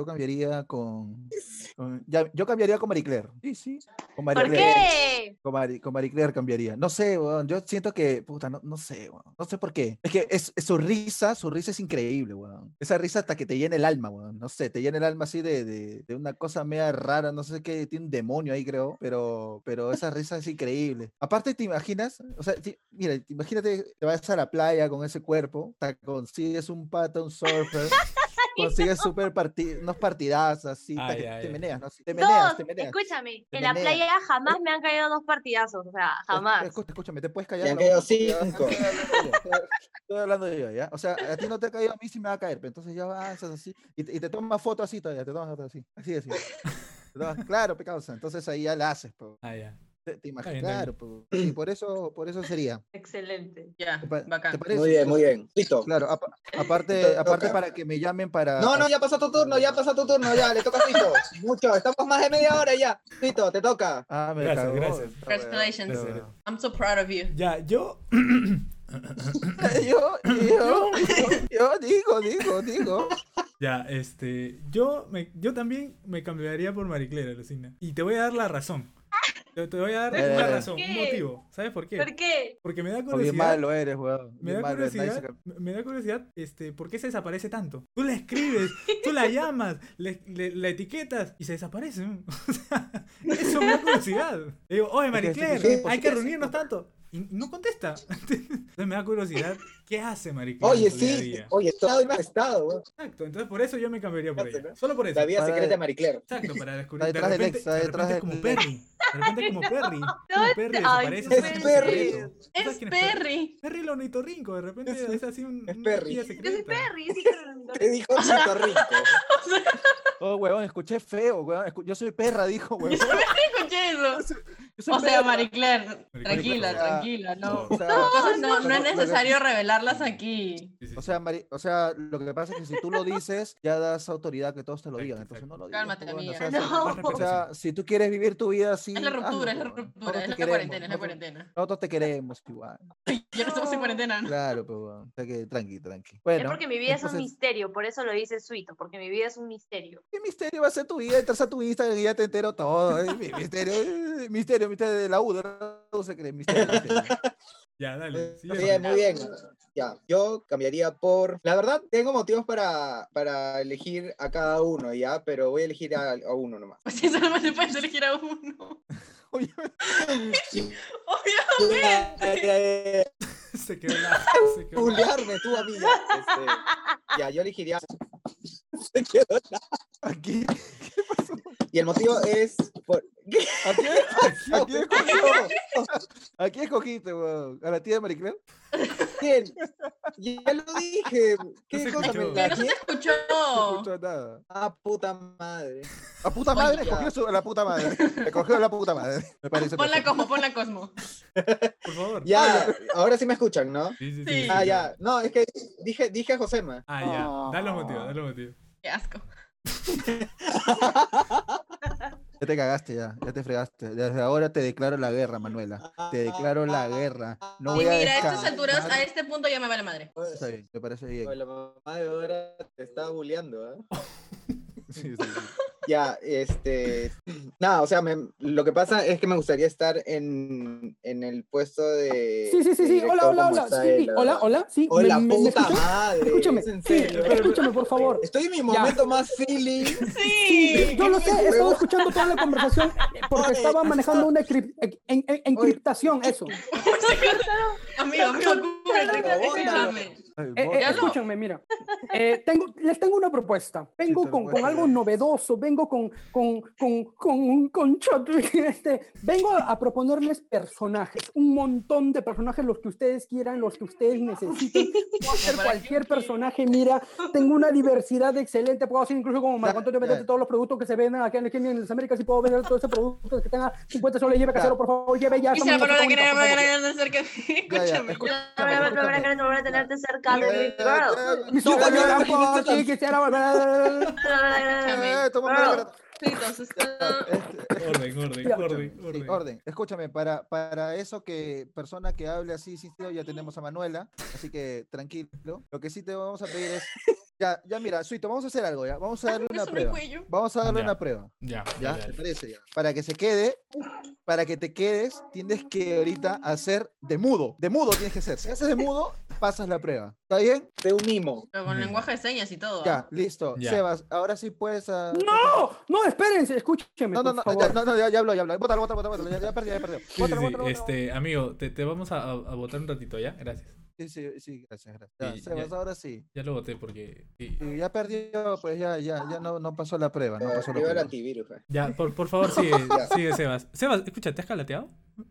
yo cambiaría con Marie Claire. Sí, con Marie ¿Por Claire. qué? Con Marie Claire cambiaría. No sé, weón, yo siento que, puta, no sé, weón. No sé por qué. Es que es su risa es increíble, weón. Esa risa hasta que te llena el alma, weón. No sé, te llena el alma así de una cosa media rara, no sé qué, tiene un demonio ahí, creo, pero esa risa es increíble. Aparte, ¿te imaginas? O sea, mira, imagínate, te vas a la playa con ese cuerpo, te consigues un pata, un surfer, consigues unos partidazos así, Ay, te ay. meneas, ¿no? Sí, te Dos, meneas. escúchame, Te en la meneas. playa jamás me han caído 2 partidazos, o sea, jamás. Escúchame, te puedes Le callar han la quedado boca, porque ya 5. estoy hablando yo, ¿ya? O sea, a ti no te ha caído, a mí sí me va a caer, pero entonces ya avanzas así, y te tomas foto así todavía, te tomas foto así, así. Claro, pecausa, entonces ahí ya la haces, pues. Ah, ya. Te imaginas, bien, está claro, pues. Y por eso sería. Excelente. Ya, ¿Te bacán. parece? Muy bien, muy bien. Listo. Claro, aparte toca. para que me llamen para... No, ya pasó tu turno, ya, le toca a Tito. Mucho, estamos más de media hora ya. Tito, te toca. Ah, me Gracias, cagó, gracias. esta weá. Congratulations. Gracias. I'm so proud of you. Ya, yo. Yo digo. Ya, yo también me cambiaría por Marie Claire, alucina. Y te voy a dar la razón. Te voy a dar una razón, un ¿Qué? motivo. ¿Sabes por qué? ¿Por qué? Porque me da O bien curiosidad. malo eres, weón. Me Bien da malo eres, nadie se curiosidad, me da curiosidad, ¿por qué se desaparece tanto? Tú la escribes, tú la llamas, la etiquetas y se desaparece. O sea, eso me da curiosidad. Le digo, oye, Marie Es que es Claire, imposible, hay que sí, reunirnos pues. tanto. Y no contesta. Entonces me da curiosidad, ¿qué hace Marie Claire Oye, en su día a sí. día? Oye, estado y mal estado, weón. Exacto, entonces por eso yo me cambiaría por Ya sé, ella. ¿no? Solo por eso. La vida Para- secreta de Marie Claire. Exacto, para descubrir. Está detrás del ex, está de detrás repente del como ex. Perry. De repente como Perry. Como Perry Ay, desaparece. es ¿sabes quién Perry. secreto? ¿Tú sabes Es quién Perry. Perry el ornitorrinco, de repente es así un Es una Perry. espía Yo soy secreta. Perry, sí, Te dijo Chito Rico. Oh, weón, escuché feo, weón. Yo soy perra, dijo, weón. Yo también escuché eso. Yo soy O sea, perra. Marie Claire, Claire, tranquila, o sea, tranquila, no. O sea, Cosas no lo es que- necesario revelarlas aquí. Sí, sí, O sí. sea, lo que pasa es que si tú lo dices, ya das autoridad que todos te lo digan. Exacto, Entonces no lo digas. Cálmate, pues, bueno, amiga. o sea, No. Más o respeto, sea, sí. si tú quieres vivir tu vida así. Es la ruptura, hazlo, es la pues, ruptura, nosotros es te la queremos, cuarentena, es la nosotros- cuarentena. Nosotros te queremos igual. Ya no estamos en cuarentena, ¿no? Claro, pues, bueno, o sea que tranqui. Es Bueno, porque mi vida es un entonces, misterio, por eso lo dice Suito, porque mi vida es un misterio. ¿qué misterio va a ser tu vida? Entras a tu Instagram y ya te entero todo. Misterio de la U, de la U se cree misterio. Ya, dale. Muy sigue. bien, muy bien. Ya, yo cambiaría por... La verdad, tengo motivos para elegir a cada uno, ¿ya? Pero voy a elegir a uno nomás. Pues si solamente puedes elegir a uno. Oye, Obviamente. Se quedó la. Se quedó la- Juliarme, tú, amiga. Ya, yo elegiría... Se quedó la- aquí, Y el motivo es... aquí escogió. Aquí escogiste, weón. A la tía de Marie Claire. ¿Quién? Ya lo dije. ¿Qué No se cosa escuchó. me Que la no se te quién? escuchó. No escuchó nada. Ah, puta madre. La puta Oye, madre, ya. cogió a la puta madre. Le cogió a la puta madre. Me parece Ponla perfecto. Cosmo, ponla Cosmo. Por favor. Ya, ahora sí me escuchan, ¿no? Sí, sí, sí. Sí. sí, Ah, sí. ya. No, es que dije a Josema. Ah, ya. Da los motivos, da los motivos. Qué asco. Ya te cagaste, ya te fregaste. Desde ahora te declaro la guerra, Manuela. Te declaro la guerra. No Y voy a mira, a estas descansar. alturas, a este punto ya me vale madre. Está bien, me parece bien. Oye, la mamá de Dora te está bulleando, ¿eh? Sí, sí, sí. Ya, nada, o sea, lo que pasa es que me gustaría estar en el puesto de. Sí, de director como hola. está Sí, él, la hola, verdad. hola. Sí, Hola, ¿me puta escuchas? madre. Escúchame, es en sí, serio. escúchame, por favor. Estoy en mi Ya. momento más feeling. Sí. Yo lo sé, he estado escuchando toda la conversación porque Oye, estaba manejando una encriptación, eso. Amigo, cúbrete, Bótalo. escúchame. Escúchenme, mira. Les tengo una propuesta. Vengo con algo novedoso. Vengo vengo a proponerles personajes. Un montón de personajes, los que ustedes quieran, los que ustedes necesiten. Puedo hacer cualquier personaje. Mira, tengo una diversidad excelente. Puedo hacer incluso como Marco Antonio vender todos los productos que se venden aquí en las Américas. Y puedo vender todo ese producto que tenga 50 soles. Lleve casero, por favor. Lleve ya. Quisiera volver a querer cerca de mí. Escúchame. Volver a tenerte cerca de mi girl. Y su campo, sí, quisiera volver. Orden. Escúchame, para eso que persona que hable así sin sentido, ya tenemos a Manuela, así que tranquilo. Lo que sí te vamos a pedir es, ya mira, Suito, vamos a hacer algo ya, vamos a darle una prueba. Vamos a darle una prueba. Ya, ¿te parece? Ya. Para que se quede, para que te quedes, tienes que ahorita hacer de mudo tienes que hacer. Si haces de mudo, pasas la prueba. ¿Está bien? Te unimos. Pero con lenguaje de señas y todo. Ya, listo. Ya. Sebas, ahora sí puedes... No, espérense, escúchenme. No, por favor. ya habló. Bótalo. Ya perdió. Sí, Bótalo. amigo, te vamos a votar un ratito, ¿ya? Gracias. Sí, gracias. Ya, Sí, Sebas, ya. ahora sí. Ya lo voté porque... sí. Y ya perdió, pues ya no pasó la prueba. No pasó la Activa el prueba. antivirus. Ya, por favor, sigue, Sebas. Sebas, escucha, ¿te has calateado?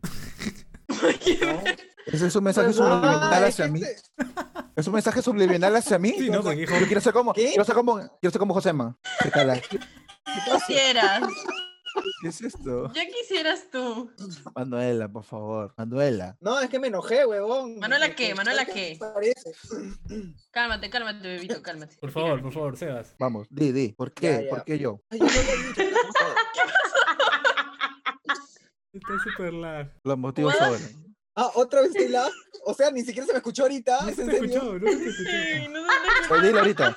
¿Ese es un mensaje subliminal hacia mí? ¿Es un mensaje subliminal hacia mí? Sí, no, porque dijo... Yo quiero ser como, ¿Qué? quiero ser como Josema. Quisieras. ¿Qué es esto? Ya quisieras tú. Manuela, por favor. Manuela. No, es que me enojé, huevón. ¿Manuela qué? ¿Manuela qué? Parece. Cálmate, bebito, cálmate. Por favor, Sebas. Vamos, di. ¿Por qué? Ya. ¿Por qué yo? Ay, yo no había dicho, ¿qué pasó? Está súper lag. Los motivos ¿What? ahora. Ah, ¿otra vez la? O sea, ni siquiera se me escuchó ahorita. No ¿Es se en te serio? escuchó, no se te escuchó. Sí, no sé. Pues dilo ahorita.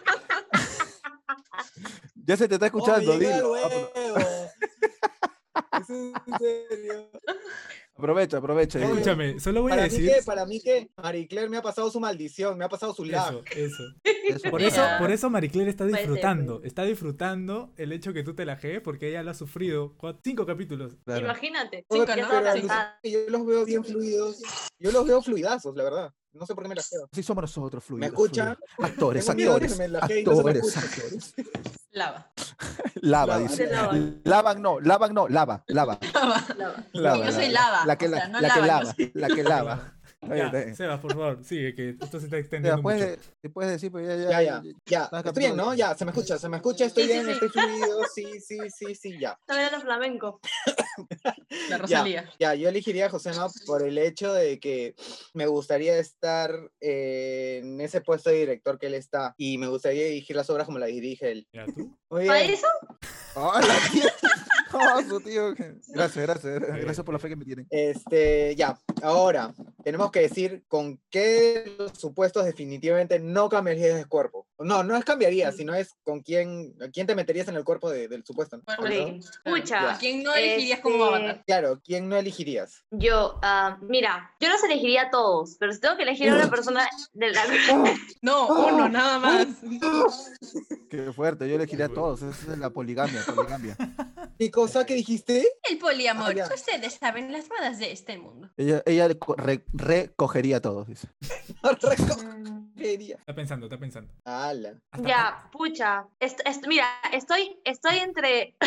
Ya se te está escuchando, Oh, llega el dilo. huevo. ¿Es en serio? Aprovecha. dilo. Escúchame, solo voy a decir... Para mí que Marie Claire me ha pasado su maldición, me ha pasado su lag. Eso. Eso. Por eso Marie Claire está Puede ser, disfrutando. puede Está disfrutando el hecho que tú te lajees porque ella lo ha sufrido 5 capítulos. Claro. Imagínate. Cinco, Pero ¿no? Pero alucina que yo los veo bien fluidos. Yo los veo fluidazos, la verdad. No sé por qué me lajeo. Así somos nosotros, fluidos. ¿Me escuchan? fluidos. Actores. Tengo miedo de que me lajee y no se me escuche. Lava. Lava, Lava. dice. Lava. Lavan no, lava. Lava. Lava, Yo soy lava. La que o sea, no la que lava, lava. yo soy- La que lava. Está Ya, bien. Sebas, por favor, sigue, que esto se está extendiendo mucho. ¿Te puedes decir? Pues Ya. Estás Estoy bien, ¿no? Ya, se me escucha, estoy Sí, sí, bien, sí. estoy fluido, sí, ya. También era flamenco. La Rosalía. Ya, yo elegiría a Josema por el hecho de que me gustaría estar en ese puesto de director que él está y me gustaría dirigir las obras como las dirige él. Ya, ¿tú? Muy ¿Para bien. eso? ¡Hola, tío! Su tío. Gracias por la fe que me tienen. Ya, ahora tenemos que decir con qué los supuestos definitivamente no cambiarías de cuerpo. No es cambiaría, sino es con quién te meterías en el cuerpo del supuesto. ¿no? Bueno, Ok. Escucha. ¿A quién no elegirías como avatar? Claro, ¿quién no elegirías? Yo, mira, yo los elegiría a todos, pero si tengo que elegir a una persona de la... No, uno, nada más. Qué fuerte, yo elegiría a todos. Esa es la poligamia. ¿Qué cosa que dijiste? El poliamor. Ah, ya. Ustedes saben las modas de este mundo. Ella recogería a todos, dice. Recogería. Está pensando. Ala. Ya, pucha. Mira, estoy entre...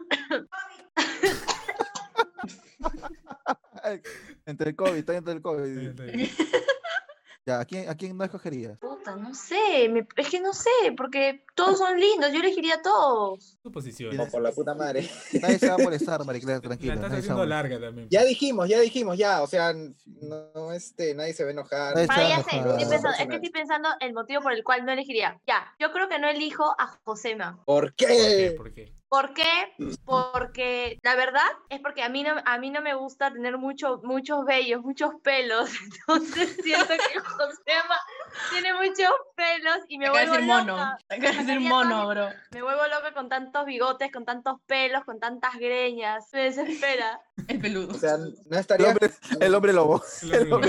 Entre el COVID, está entre el COVID. Está bien. Ya, ¿a quién no escogerías? Puta, no sé, es que no sé, porque todos son lindos, yo elegiría a todos. Tu posición. No, por la puta madre. Nadie se va a molestar, Marie Claire, La tranquila. estás Nadie se va a haciendo molestar. larga también. Ya dijimos, ya. O sea, no, nadie se va a enojar. Nadie se Ah, va a ya sé, enojar. es que estoy pensando el motivo por el cual no elegiría. Ya, yo creo que no elijo a Josema. ¿Por ¿Por qué? qué? ¿Por qué? ¿Por qué? Porque la verdad es porque a mí no me gusta tener muchos vellos, muchos pelos. Entonces siento que Josema tiene muchos pelos y me Te acaba de vuelvo decir loca. mono. Te acaba de decir Sacaría mono, todo- bro. Me vuelvo loca con tantos bigotes, con tantos pelos, con tantas greñas. Me desespera. El peludo. O sea, no El estaría. el hombre lobo. El hombre-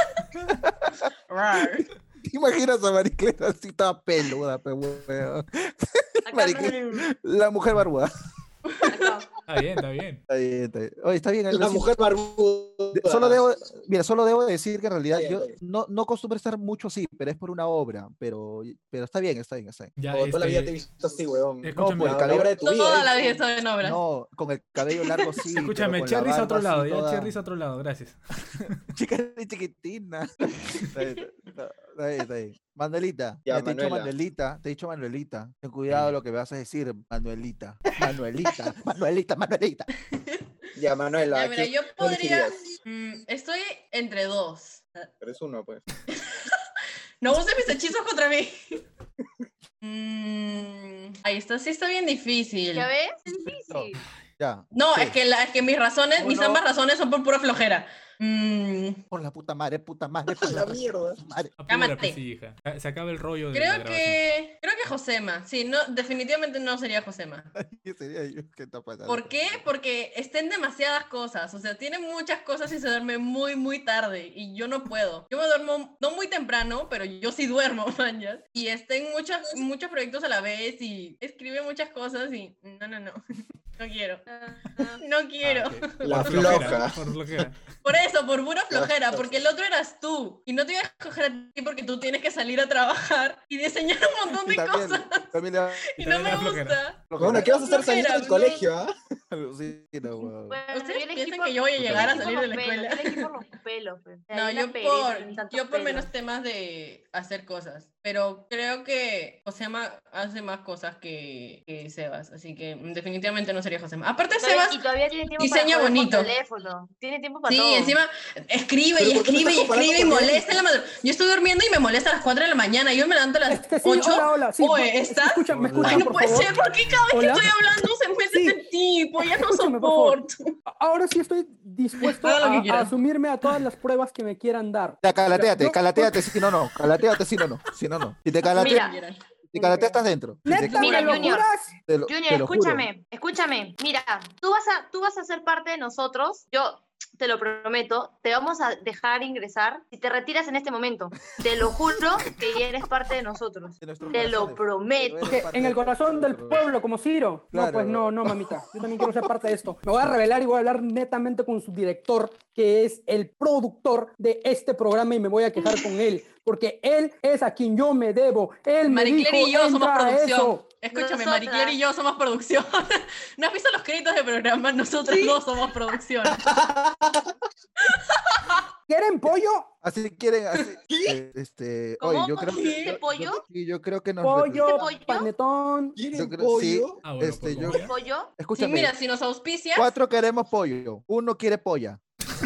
Rar. ¿Te imaginas a Marie Claire así toda peluda, pe huevo? Acá Marie Claire, la mujer barbuda. Está bien, está bien. Está bien, está bien. Oye, está bien. La Alexis. mujer barbuda. Solo debo decir que en realidad Está yo bien. no acostumbro estar mucho así, pero es por una obra. Pero está bien, está bien, está bien. Ya, Toda la vida te he visto así, huevón. Escúchame. por el La cabello- obra de tu vida. Toda la ¿viste? vida estoy en obras. No, con el cabello largo sí. pero Escúchame, con la Cherry a otro barba lado, así ya toda Cherry a otro lado, gracias. chiquitina. Está bien, está bien, está bien. Manuelita, Ya, ya te he dicho Manuela. Manuelita, te he dicho Manuelita. Ten cuidado lo que me vas a decir, Manuelita. Manuelita, Manuelita, Manuelita. Ya, Manuela. Ya, mira, ¿qué yo podría. elegirías? Estoy entre dos. Eres uno, pues. No uses mis hechizos contra mí. Ahí está, sí está bien difícil. ¿Ya ves? Es difícil. Ya. No, ¿qué? es que mis razones, mis Uno. ambas razones son por pura flojera. Por la puta madre, por La mierda. madre. Apúrate, Cámate. sí, hija. Se acaba el rollo de la Creo grabación. que Josema. Sí, no, definitivamente no sería Josema. ¿Qué sería yo? ¿Qué está pasando? ¿Por qué? Porque estén demasiadas cosas. O sea, tiene muchas cosas y se duerme muy, muy tarde. Y yo no puedo. Yo me duermo no muy temprano, pero yo sí duermo, mañas. Y está en muchos proyectos a la vez y escribe muchas cosas y no. No quiero. No quiero. Ah, ok. La Por flojera, floja. Por flojera. Por eso, por pura flojera, porque el otro eras tú. Y no te iba a escoger a ti porque tú tienes que salir a trabajar y diseñar un montón de cosas. También le da Y no me también le da gusta. Bueno, ¿qué vas a hacer saliendo del Flojera, colegio, ah? alucina, weón. Bueno, ¿Ustedes yo elegí piensan por- que yo voy a yo llegar a elegí por salir de los la pelos, escuela? Yo elegí por los pelos, pues. No, Hay una yo pereza en tantos por pelos. menos temas de hacer cosas. Pero creo que Josema hace más cosas que Sebas. Así que definitivamente no sería Josema. Aparte, Sebas, Y todavía tiene tiempo diseña para joder bonito. por teléfono. Tiene tiempo para sí, todo. encima escribe Pero y ¿por qué me escribe y estás comparando escribe y con él? molesta en la madrugada. Yo estoy durmiendo y me molesta a las 4 de la mañana. Yo me levanto a las Este, sí, 8. hola, sí. Oye, ¿estás? Escuchan, me Hola. escuchan, Ay, no por puede favor. ser, ¿por qué cada vez Hola. que estoy hablando se mete Sí. ese tipo? Ya no Escúchame, por favor. soporto. Ahora sí estoy dispuesto Haz lo que a quieras. asumirme a todas las pruebas que me quieran dar. Ya, calateate, Yo- calateate, si no. Calateate, si no. Si no. Si te calateas, Mira. si calateas estás dentro. Si te Neta, Mira, ¿me lo Junior. juras? te lo Junior, juro. escúchame. Mira, tú vas a ser parte de nosotros. Yo te lo prometo. Te vamos a dejar ingresar si te retiras en este momento. Te lo juro que ya eres parte de nosotros. De nuestros Te lo corazones. prometo. Eres Que parte en el corazón del nosotros. pueblo, como Ciro. Claro. No, pues no, mamita. Yo también quiero ser parte de esto. Me voy a revelar y voy a hablar netamente con su director, que es el productor de este programa, y me voy a quejar con él. Porque él es a quien yo me debo. Él me dijo, Marie-Claire y yo somos entra a producción. eso. Escúchame, Nosotras. Marie-Claire y yo somos producción. ¿No has visto los créditos del programa? Nosotros dos somos producción. ¿Quieren pollo? Así quieren, así. ¿Cómo? Oye, yo creo ¿Dijiste que. pollo? Yo creo que nos. Pollo, pollo? panetón. ¿Quieren Yo creo- sí. pollo? Ah, bueno, Este, pues, yo- como ya. ¿Pollo? Sí, Escúchame. mira, si nos auspicias, 4 queremos pollo. 1 quiere polla.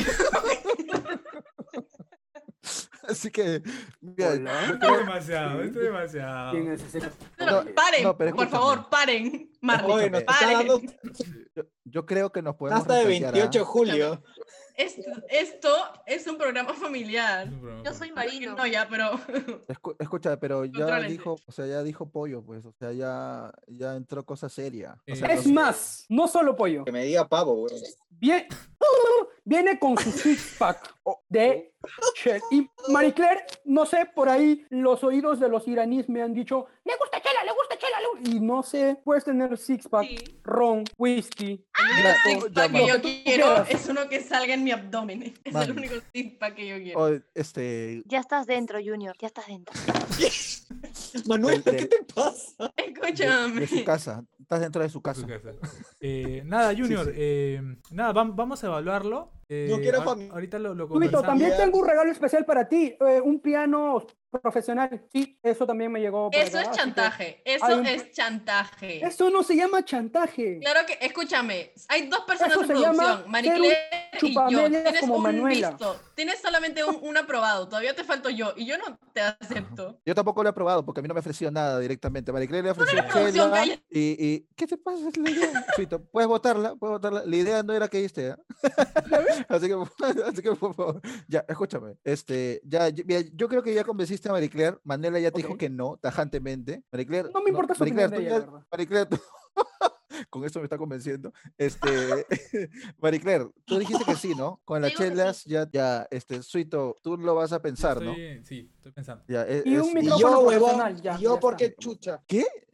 Así que. mira, Hola. yo Esto creo- es demasiado, esto es demasiado. ¿Quién es ese? No, paren, no, pero por escúchame. favor, paren. Marley, Oye, nos está paren. dando yo creo que nos podemos. hasta de replantear, 28 de julio. Esto es un programa familiar. Yo soy Marino. No, ya, pero Escucha, pero ya Controlense. dijo, o sea, ya dijo pollo, pues, o sea, ya entró cosa seria. O Eh, sea, Es más, no solo pollo. Que me diga pavo, güey. Viene con su six-pack de Shell. Y Marie-Claire, no sé, por ahí los oídos de los iraníes me han dicho, le gusta chela, le gusta chela. Y no sé, puedes tener six-pack, Sí. ron, whisky. mira, six-pack ya, que yo Lo que tú quiero quieras. es uno que salga en mi abdomen. Es Mami. el único six-pack que yo quiero. o, Ya estás dentro, Junior. Ya estás dentro. Manuel, Del- ¿qué te pasa? Escúchame. de su casa, estás dentro de su casa. Su casa. Nada, Junior, nada, vamos a evaluarlo. No quiero ahorita lo Tubito, conversamos. también tengo un regalo especial para ti, un piano profesional. Sí, eso también me llegó. por Eso acá, es así que- chantaje. hay Eso un- es chantaje. Eso no se llama chantaje. Claro que, escúchame, hay dos personas Eso en se llama producción, Marie-Claire y yo. chupamedias Tienes como un Manuela. visto, tienes solamente un aprobado, todavía te falto yo y yo no te acepto. Yo tampoco lo he probado porque a mí no me ofreció nada directamente. Marie-Claire le ofreció producción, chela cállate. y ¿qué te pasa? Es la idea. Fito, puedes votarla. La idea no era que esté, ¿eh? así que por favor, ya, escúchame. Mira, yo creo que ya convenciste a Marie-Claire. Manela ya te dijo Ok. que no, tajantemente. Marie-Claire, No me importa su opinión de ella, la verdad. Marie-Claire, con esto me está convenciendo. Marie-Claire, tú dijiste que sí, ¿no? Con las Digo que chelas, ya, Suito, tú lo vas a pensar, ¿no? Sí, estoy pensando. Ya, Y un y- micrófono Yo, huevón. profesional, ya, Yo, ya ¿por qué está. chucha? ¿Qué?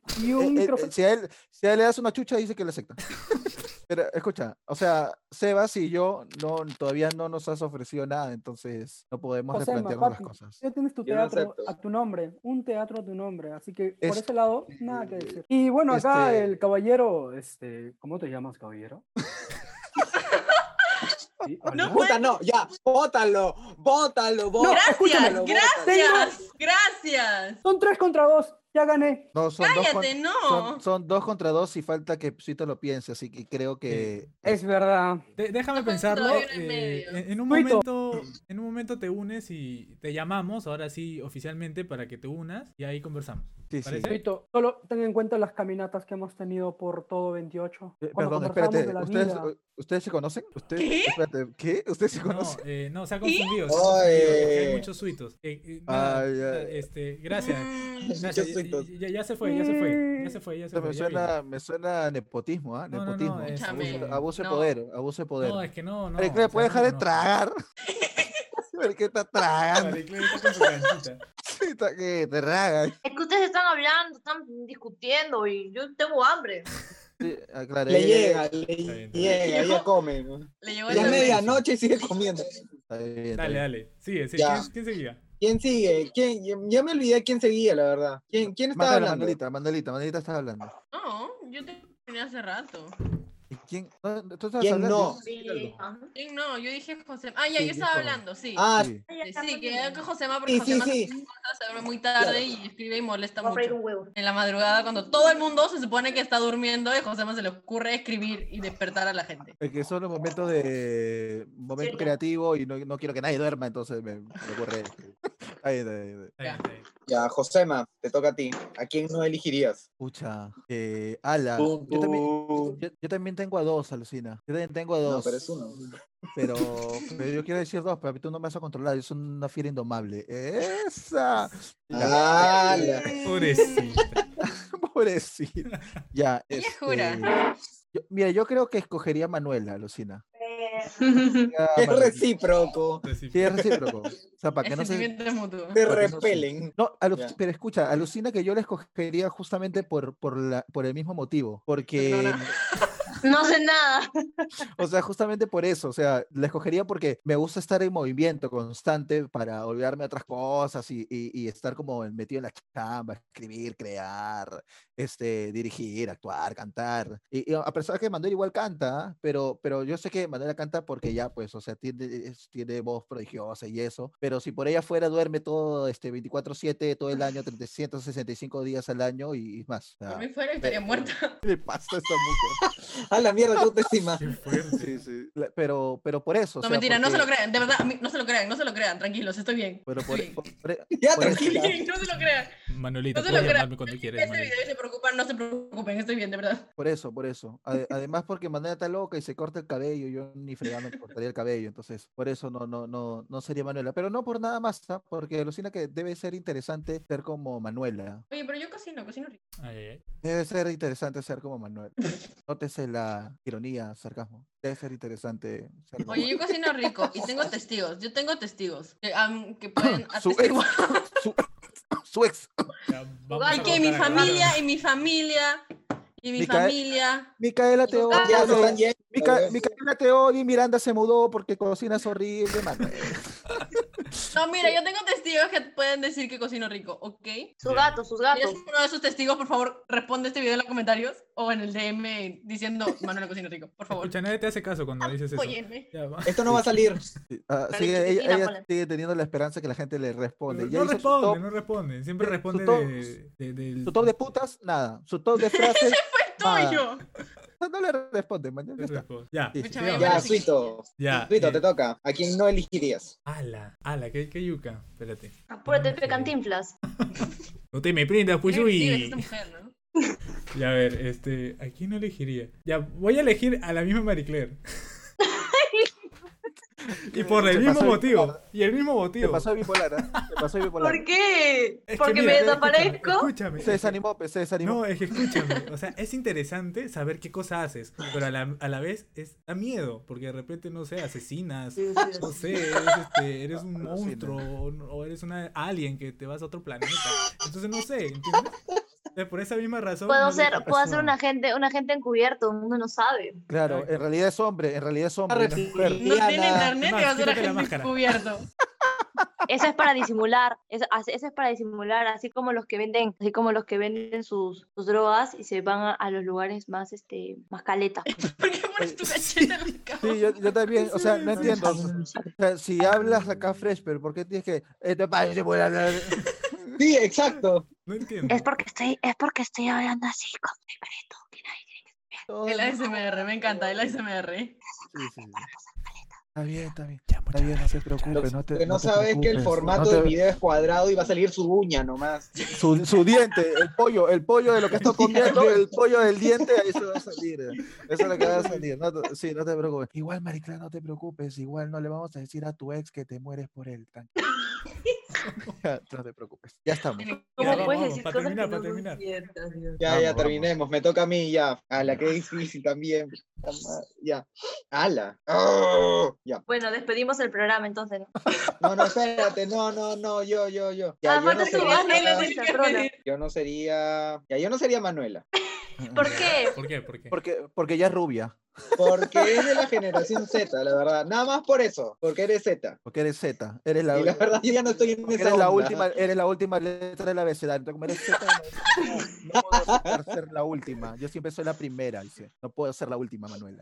y un micrófono. Si a él le das una chucha, dice que le acepta. Pero escucha, o sea, Sebas y yo todavía no nos has ofrecido nada, entonces no podemos Josema, replantearnos las papi, cosas. ya tienes tu Yo no teatro acepto. a tu nombre, un teatro a tu nombre, así que por Es- ese lado, nada que decir. Y bueno, acá Este- el caballero, ¿cómo te llamas, caballero? Sí, hola. No, Puta, no, ya, bótalo. Gracias, bótalo. gracias. Son 3 contra 2, ya gané. No, son Cállate, no. son 2 contra 2 y falta que Psito lo piense, así que creo que... Es verdad. Déjame Ajá, pensarlo. todavía no hay medio. En un momento te unes y te llamamos, ahora sí, oficialmente, para que te unas y ahí conversamos. Sí, sí. ¿Parece? Pito, solo ten en cuenta las caminatas que hemos tenido por todo 28. Cuando Perdón, conversábamos espérate, de la ¿ustedes, vida. ¿ustedes se conocen? ¿Qué? Espérate, ¿qué? ¿Ustedes se No, conocen? no, se ha ¿Qué? confundido. Oye. Hay muchos suitos. Nada, Ay, gracias. Gracias, Muchos suitos. ya se fue. Me suena nepotismo, ¿ah? No, no, Nepotismo. no, Escúchame, Abuso de no. poder, abuso de poder. No, es que no. Maricler, ¿puede dejar de tragar? ¿Qué está tragando? Maricler está con su canchita. Está que te traga. Es que ustedes están hablando, están discutiendo y yo tengo hambre. Sí, claro, Le ella- llega, bien. ella come. ¿no? Le llegó Ya el es bebé. medianoche y sigue comiendo. Está bien, está Dale, bien. dale. Sigue. Ya. ¿Quién seguía? ¿Quién sigue? Ya me olvidé quién seguía, la verdad. ¿Quién estaba hablando? Manuelita está hablando. No, yo terminé hace rato. ¿Y quién? ¿Tú estás ¿Quién hablando? no? Sí, ajá. Sí, no, yo dije José. Ah, ya, Sí, yo estaba dijo. hablando, sí. Ah, Sí. Sí, que era que Josema, porque Sí, Josema sí. se duerme muy tarde y escribe y molesta Voy a freír mucho. un huevo. En la madrugada, cuando todo el mundo se supone que está durmiendo, y Josema se le ocurre escribir y despertar a la gente. Es que son los momentos de momento Sí. creativo y no quiero que nadie duerma, entonces me ocurre. Ahí. Está bien, está bien. ya, Josema, te toca a ti. ¿A quién no elegirías? Pucha, Ala. Pum, pum. Yo también tengo a 2, alucina. Yo también tengo a 2. No, pero es uno. Pero yo quiero decir 2, pero tú no me vas a controlar. Yo soy una fiera indomable. ¡Esa! Ya, ¡Hala! Pobrecita. pobrecita. Ya, Ella jura. mira, yo creo que escogería a Manuela, alucina. Es recíproco. Sí, es recíproco. O sea, para que El no se... sentimiento es mutuo. Te Para que no se- repelen. No, Ya. pero escucha, alucina que yo la escogería justamente por el mismo motivo. Porque, Perdona. No sé nada. o sea, justamente por eso. O sea, la escogería porque me gusta estar en movimiento constante para olvidarme de otras cosas y estar como metido en la chamba, escribir, crear, dirigir, actuar, cantar. Y a pesar de que Manuel igual canta, ¿ah? pero yo sé que Manuela canta porque ya, pues, o sea, tiene voz prodigiosa y eso. Pero si por ella fuera, duerme todo 24/7, todo el año, 365 días al año y más. O sea, Por mí fuera estaría muerta. ¿qué le pasa a esta mujer? A la mierda, tú te estimas. Qué fuerte. Sí, sí. Pero por eso. o No, sea, mentira, no se porque- lo crean. De verdad, a mí, no se lo crean. Tranquilos, estoy bien. Pero por, Estoy bien. Ya, por eso- tranquila. Estoy bien, no se lo crean. Manuelita, No se puedes lo crean. llamarme cuando quieras. Este Manuelita. video se preocupan, no se preocupen, estoy bien, de verdad. Por eso. Además porque Manuela está loca y se corta el cabello, yo ni fregando me cortaría el cabello, entonces por eso no sería Manuela, pero no por nada más, ¿ah? Porque alucina que debe ser interesante ser como Manuela, Oye, pero yo cocino rico. Ay, ay, ay. debe ser interesante ser como Manuela. Nótese la ironía, sarcasmo, debe ser interesante ser como Oye, yo cocino rico y tengo testigos. Yo tengo testigos que pueden su ex, atestiguar. su ex. Ya, vamos Y a que mi cortar acá. familia, Micaela te odia, Ya se están yendo. Micaela te odia y Miranda se mudó porque cocinas horrible, Manuel. No, mira, yo tengo testigos que pueden decir que cocino rico, ¿ok? Sus Bien. gatos, sus Si gatos. es uno de esos testigos, por favor, responde este video en los comentarios o en el DM diciendo Manuel cocino rico, por favor. Escucha, nadie te hace caso cuando dices eso. Apóyenme. Ya, va. Esto no va a salir. Dale, Sigue, chiquitina, ella ponle. sigue teniendo la esperanza que la gente le responde. No Ya hizo su top. responde, no responde. Siempre Su responde top- del... Su top de putas, nada. Su top de frases, Tuyo. no le responde, man. Ya no está. responde. Ya, Sí, Escúchame, sigamos. bueno, Ya, sí. Suito. Ya. Suito, te toca. ¿A quién no elegirías? Ala, qué yuca. Espérate. Apúrate, Pecantinflas. No te me prendas, pues, Sí, uy. esta mujer, ¿no? Ya, a ver, ¿a quién no elegiría? Ya, voy a elegir a la misma Marie Claire. Y por el Se mismo pasó de motivo. bipolar. Y el mismo Te motivo. pasó de bipolar, ¿ah? Te pasó de bipolar. ¿Por qué? Es que ¿Porque mira, me desaparezco? Escúchame. Se desanimó, pues, se desanimó. No, es que escúchame. O sea, es interesante saber qué cosa haces. Pero a la vez da miedo. Porque de repente, no sé, asesinas. No sé, eres un monstruo. O eres una alien que te vas a otro planeta. Entonces, no sé, ¿entiendes? Por esa misma razón. Puedo no le ser pasó. un agente encubierto, uno no sabe. Claro, en realidad es hombre, no es mujer. No tiene internet y va a ser Quítate la agente máscara. encubierto. Eso es para disimular, eso es para disimular, así como los que venden sus drogas y se van a los lugares más más caletas. ¿Por qué pones tu cachete en la cama? Sí, yo también, o sea, no entiendo. O sea, si hablas acá fresh, pero ¿por qué tienes que te parece por hablar? Sí, exacto. No entiendo. Es porque estoy hablando así con secreto, que nadie tiene que saber. Todo El el- ASMR, me encanta, el ASMR. Sí. Está bien. Está bien, no se preocupe. Lo que no sabes es que el formato del video es cuadrado y va a salir su uña nomás. Su diente, el pollo de lo que está comiendo, el pollo del diente, eso va a salir. Eso es lo que va a salir. Sí, no te preocupes. Igual, Maricela, no te preocupes. Igual no le vamos a decir a tu ex que te mueres por él. No te preocupes. Ya estamos. ¿Cómo Ya, puedes vamos, decir para cosas terminar, que para no son terminar. ciertas, Dios? Ya, Vamos. terminemos. Me toca a mí ya. La que difícil también. Ya. ¡Hala! ¡Oh! Ya. Bueno, despedimos el programa entonces, ¿no? No, espérate. No. Yo. Ya, yo Falta no tú, sería, Ángel, tienes que Patrona. pedir. yo no sería Manuela. ¿Por qué? ¿Por qué? ¿Por qué? Porque ya es rubia. Porque es de la generación Z, la verdad. Nada más por eso. Porque eres Z. Porque eres Z. Eres la, Y la verdad, yo ya no estoy en porque esa onda. eres la última letra del abecedario. Entonces, como eres Z, no puedo aceptar ser la última. Yo siempre soy la primera, dice. No puedo ser la última, Manuela.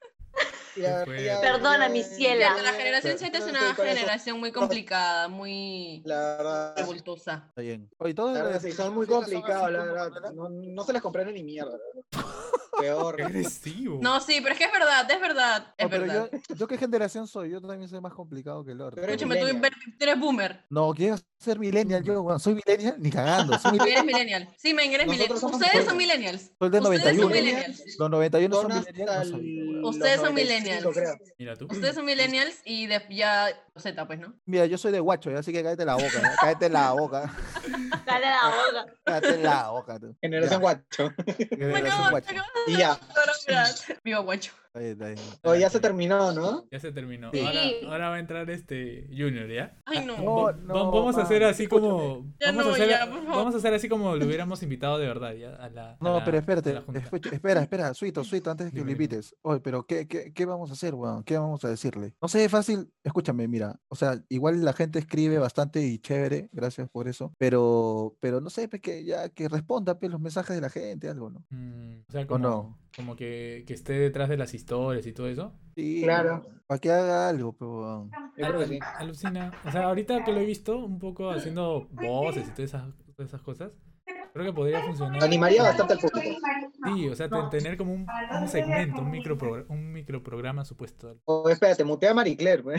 Perdona, mi ciela. La generación Z es No una estoy para eso. generación muy complicada, muy La verdad. revoltosa. Está bien. Oye, todos La verdad, sí, son muy complicados, la verdad. No se les comprende ni mierda. Peor. Qué agresivo. No, sí, pero es que es verdad, es verdad. Es No, pero verdad. yo qué generación soy, yo también soy más complicado que el otro. Pero eres Escúchame, tú eres boomer. No, quiero ser millennial, yo bueno, soy millennial ni cagando, soy, Tú eres millennial. Sí, men, eres millennial. Nosotros somos Ustedes son millennials. millennials. soy de Ustedes 91. son millennials. Los 91 son Son millennials, hasta no soy. Ustedes los son 95, millennials. creo. Mira tú. Ustedes son millennials y ya Z, pues, ¿no? Mira, yo soy de guacho, así que cállate la boca, cállate la boca, Dale la boca. cállate la boca tú. Generación guacho. Generación guacho. Y ya. Viva guacho. Está bien. Hoy ya se terminó, ¿no? Ya se terminó. Sí. Ahora va a entrar Junior, ¿ya? Ay, no. Vamos a hacer man, así como. Ya Vamos, no, a hacer, ya, por favor. vamos a hacer así como lo hubiéramos invitado de verdad, ya. No, pero a espérate, la junta. espera, Suito, antes de que Dime, lo dime. invites. Oye, pero ¿qué vamos a hacer, weón? ¿Qué vamos a decirle? No sé, fácil, escúchame, mira, o sea, igual la gente escribe bastante y chévere, gracias por eso, pero no sé, pues que responda pues, los mensajes de la gente, algo, ¿no? O sea, ¿O como, no? como que esté detrás de las historias y todo eso. Sí, Claro. para que haga algo, pues, weón. Yo creo que sí. Alucina. O sea, ahorita que lo he visto un poco haciendo voces y todas esas cosas, creo que podría funcionar. Animaría bastante al público. Sí, o sea, tener como un segmento, un microprograma supuesto. O espérate, mutea a Marie Claire, pues.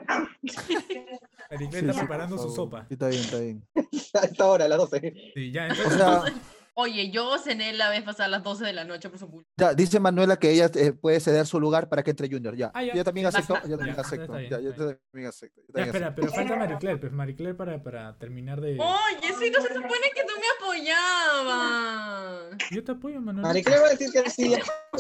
Maricel Sí, está sí, preparando por su favor. sopa. Sí, está bien. A esta hora, a las 12. Sí, ya, O entonces. sea, Oye, yo cené la vez pasada a las 12 de la noche, por supuesto. ya, dice Manuela que ella puede ceder su lugar para que entre Junior, ya. Ah, ya. Yo también acepto, Basta. yo también Ya, acepto. está bien, Ya, yo está bien. también acepto. yo Ya, también espera, acepto. pero falta Maricler, pues Maricler para terminar de. Oye, sí, no se supone que tú me apoyabas. Yo te apoyo, Manuel. Marie Claire va a decir que sí.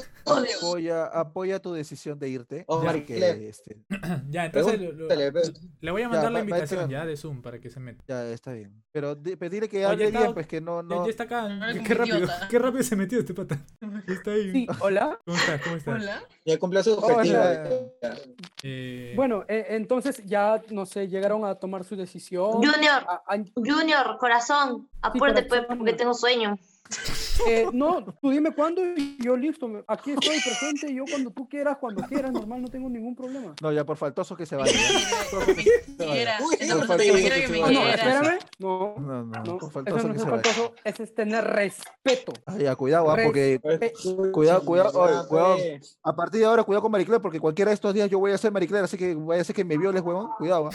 Apoya tu decisión de irte. Oh, ya Marie que, Claire. Ya, entonces Pregúntale, le voy a mandar la va a invitación entrar. ya de Zoom para que se meta. Ya, está bien. Pero dile que Oye, hable está- bien, pues que no. Ya está acá. No eres Qué un rápido, idiota. qué rápido se metió este pata. Está ahí. Sí, hola. ¿Cómo estás? ¿Cómo estás? Hola. Ya cumplió su objetivo. Hola. Bueno, entonces ya, no sé, llegaron a tomar su decisión. Junior, A- Junior, corazón, apúrate pues corazón. porque tengo sueño. no, tú dime cuándo y yo listo. Aquí estoy presente. Yo cuando tú quieras, normal, no tengo ningún problema. No, ya por faltoso que se vaya. ¿ya? Mentira. Uy, Esa no, persona faltoso quiere que que me se Ah, no, vaya. quiera. espérame. No, No, no, por eso faltoso no que es se ser vaya. faltoso, eso es tener respeto. Ah, ya, cuidado, porque cuidado, oye, cuidado. A partir de ahora, cuidado con Maricler, porque cualquiera de estos días yo voy a ser Maricler, así que vaya a ser que me violes, huevón. Cuidado.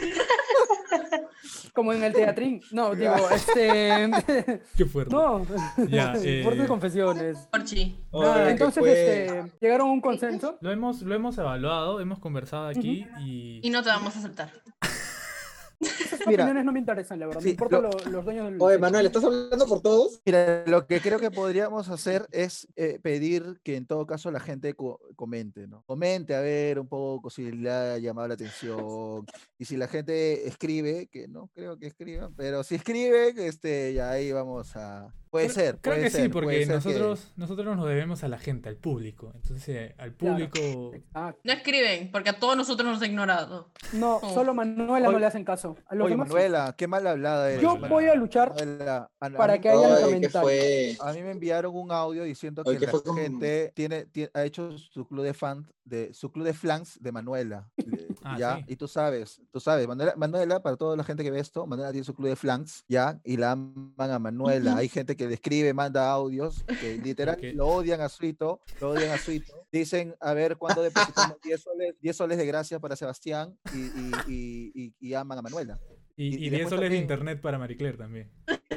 Como en el teatrín. No, digo, Qué fuerte. no. Ya, Fuertes confesiones. Porchi. Nada, entonces, llegaron a un consenso. Lo hemos evaluado, hemos conversado aquí y. Y no te vamos a aceptar. Mira, opiniones no me interesan, la verdad. sí, Me importan lo- los dueños del... Oye, Manuel, ¿estás hablando por todos? Mira, lo que creo que podríamos hacer es pedir que en todo caso la gente comente, ¿no? Comente a ver un poco si le ha llamado la atención y si la gente escribe, que no creo que escriban, pero si escriben, ya ahí vamos a... Puede ser, Creo puede que ser, sí, puede porque ser que- nosotros nos debemos a la gente, al público. Entonces, al Claro. público... Exacto. No escriben, porque a todos nosotros nos ha ignorado. No, Oh. solo Manuela no Oye, le hacen caso. A los Oye, demás sí. Manuela, qué mal hablada eres. Yo voy a luchar Manuela, para mí- que haya Oye, ¿qué comentarios. fue? A mí me enviaron un audio diciendo Oye, que ¿qué la fue con- gente ha hecho su club de fans su club de flans de Manuela. Ah, ¿Ya? sí. Y tú sabes, Manuela, para toda la gente que ve esto, Manuela tiene su club de flans, ¿ya? Y la aman a Manuela. Hay gente que le escribe, manda audios, que literal Ok. lo odian a Suito. Dicen, a ver, ¿cuándo depositamos 10 soles de gracias para Sebastián? Y aman a Manuela. Y y 10 después soles de también- internet para Marie Claire también.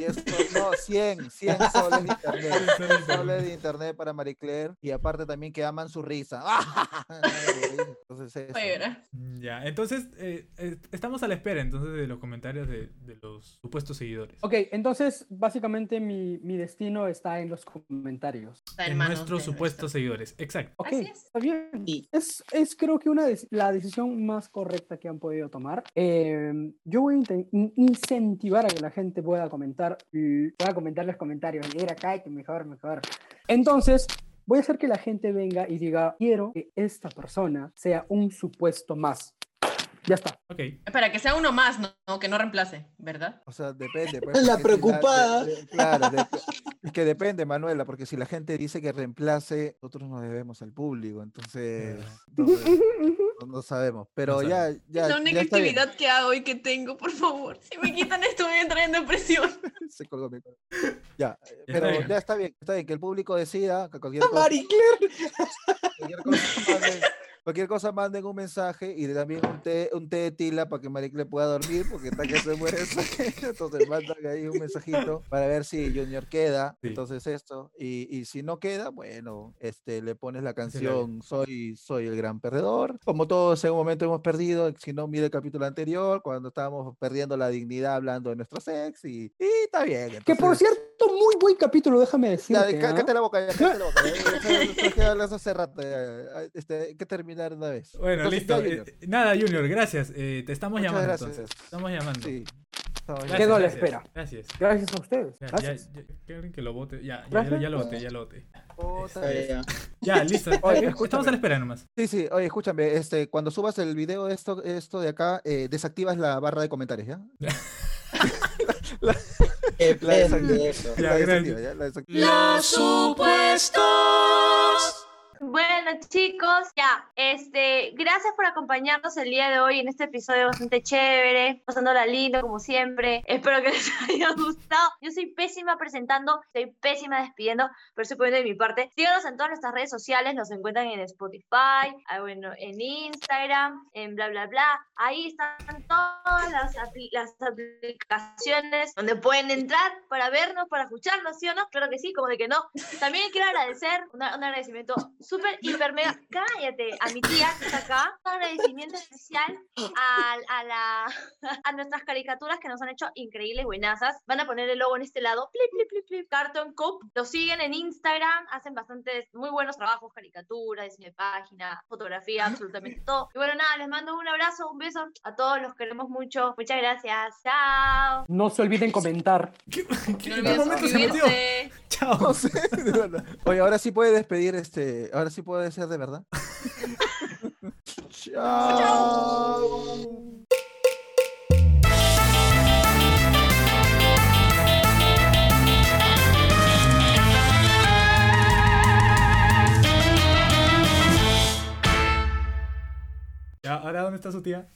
100 soles de internet. 100 soles de 100 soles de internet para Marie Claire. Y aparte también que aman su risa. Entonces eso. Fuera. Ya, entonces, estamos a la espera entonces de los comentarios de los supuestos seguidores. Ok, entonces básicamente mi destino está en los comentarios. Está en En manos nuestros de supuestos seguidores. Exacto. Ok, Así es. está bien. Y- Es creo que la decisión más correcta que han podido tomar. Yo voy a incentivar a que la gente pueda comentar y pueda comentar los comentarios. Leer acá, que mejor. Entonces, voy a hacer que la gente venga y diga, quiero que esta persona sea un supuesto más. Ya está. Ok. Espera, que sea uno más, ¿no? Que no reemplace, ¿verdad? O sea, depende. pues, La porque preocupada. claro, es que depende, Manuela, porque si la gente dice que reemplace, nosotros nos debemos al público, entonces no sabemos. Pero No ya, sabemos. ya, Es la ya única está bien. actividad que hago y que tengo, por favor. Si me quitan esto, voy a entrar en depresión. Se colgó mi colgó. Ya, está pero bien. ya está bien, que el público decida, que cualquier cosa, Marie Claire. cualquier cosa manden un mensaje y también un té de tila para que Marie Claire pueda dormir, porque está que se muere. Entonces mandan ahí un mensajito para ver si Junior queda. Sí. Entonces esto, y si no queda, bueno, le pones la Esa es la canción Soy el gran perdedor. Como todos en un momento hemos perdido, si no, mire el capítulo anterior, cuando estábamos perdiendo la dignidad hablando de nuestro sex, y está bien. Que por entonces- cierto, muy buen capítulo, déjame ya, decirte. ¿ah? cállate la boca, ya, cállate la boca. Que hablas hace rato. Hay que terminar una vez. Bueno, Entonces, listo. ya, Junior. Nada, Junior, gracias. Te estamos Muchas llamando gracias. entonces. Estamos llamando. Sí. Estamos Gracias, Quedo a la gracias, espera. Gracias. Gracias a ustedes. Ya, Gracias. ¿quieren que lo vote? Ya Gracias. lo voté, ya lo voté. Otra vez. Ya, listo. Oye, Estamos escúchame. a la espera nomás. Sí, oye, escúchame, cuando subas el video de esto de acá, desactivas la barra de comentarios, ¿ya? Qué La desactivas. pendejo. Ya, La gracias. desactivas, ¿ya? La desactivas. Los supuestos. Bueno, chicos, ya, gracias por acompañarnos el día de hoy en este episodio bastante chévere, pasándola lindo como siempre. Espero que les haya gustado. Yo soy pésima presentando, soy pésima despidiendo, pero estoy poniendo de mi parte. Síganos en todas nuestras redes sociales, nos encuentran en Spotify, en Instagram, en bla bla bla. Ahí están todas las aplicaciones donde pueden entrar para vernos, para escucharnos, ¿sí o no? Claro que sí, como de que no. También quiero agradecer, un agradecimiento súper, hiper, mega, cállate, a mi tía que está acá, un agradecimiento especial a nuestras caricaturas que nos han hecho increíbles, buenazas. Van a poner el logo en este lado, plip, plip, plip, plip, Cartoon Cup. Los siguen en Instagram, hacen bastantes, muy buenos trabajos, caricatura, diseño de página, fotografía, absolutamente todo. Y bueno, nada, les mando un abrazo, un beso, a todos los queremos mucho. Muchas gracias, chao. No se olviden comentar. No ¿En qué olvides momento se metió? suscribirse. Chao. No sé, de verdad. Oye, ahora sí puede despedir ahora sí puede ser de verdad. Chao. Ya, ¿ahora dónde está su tía?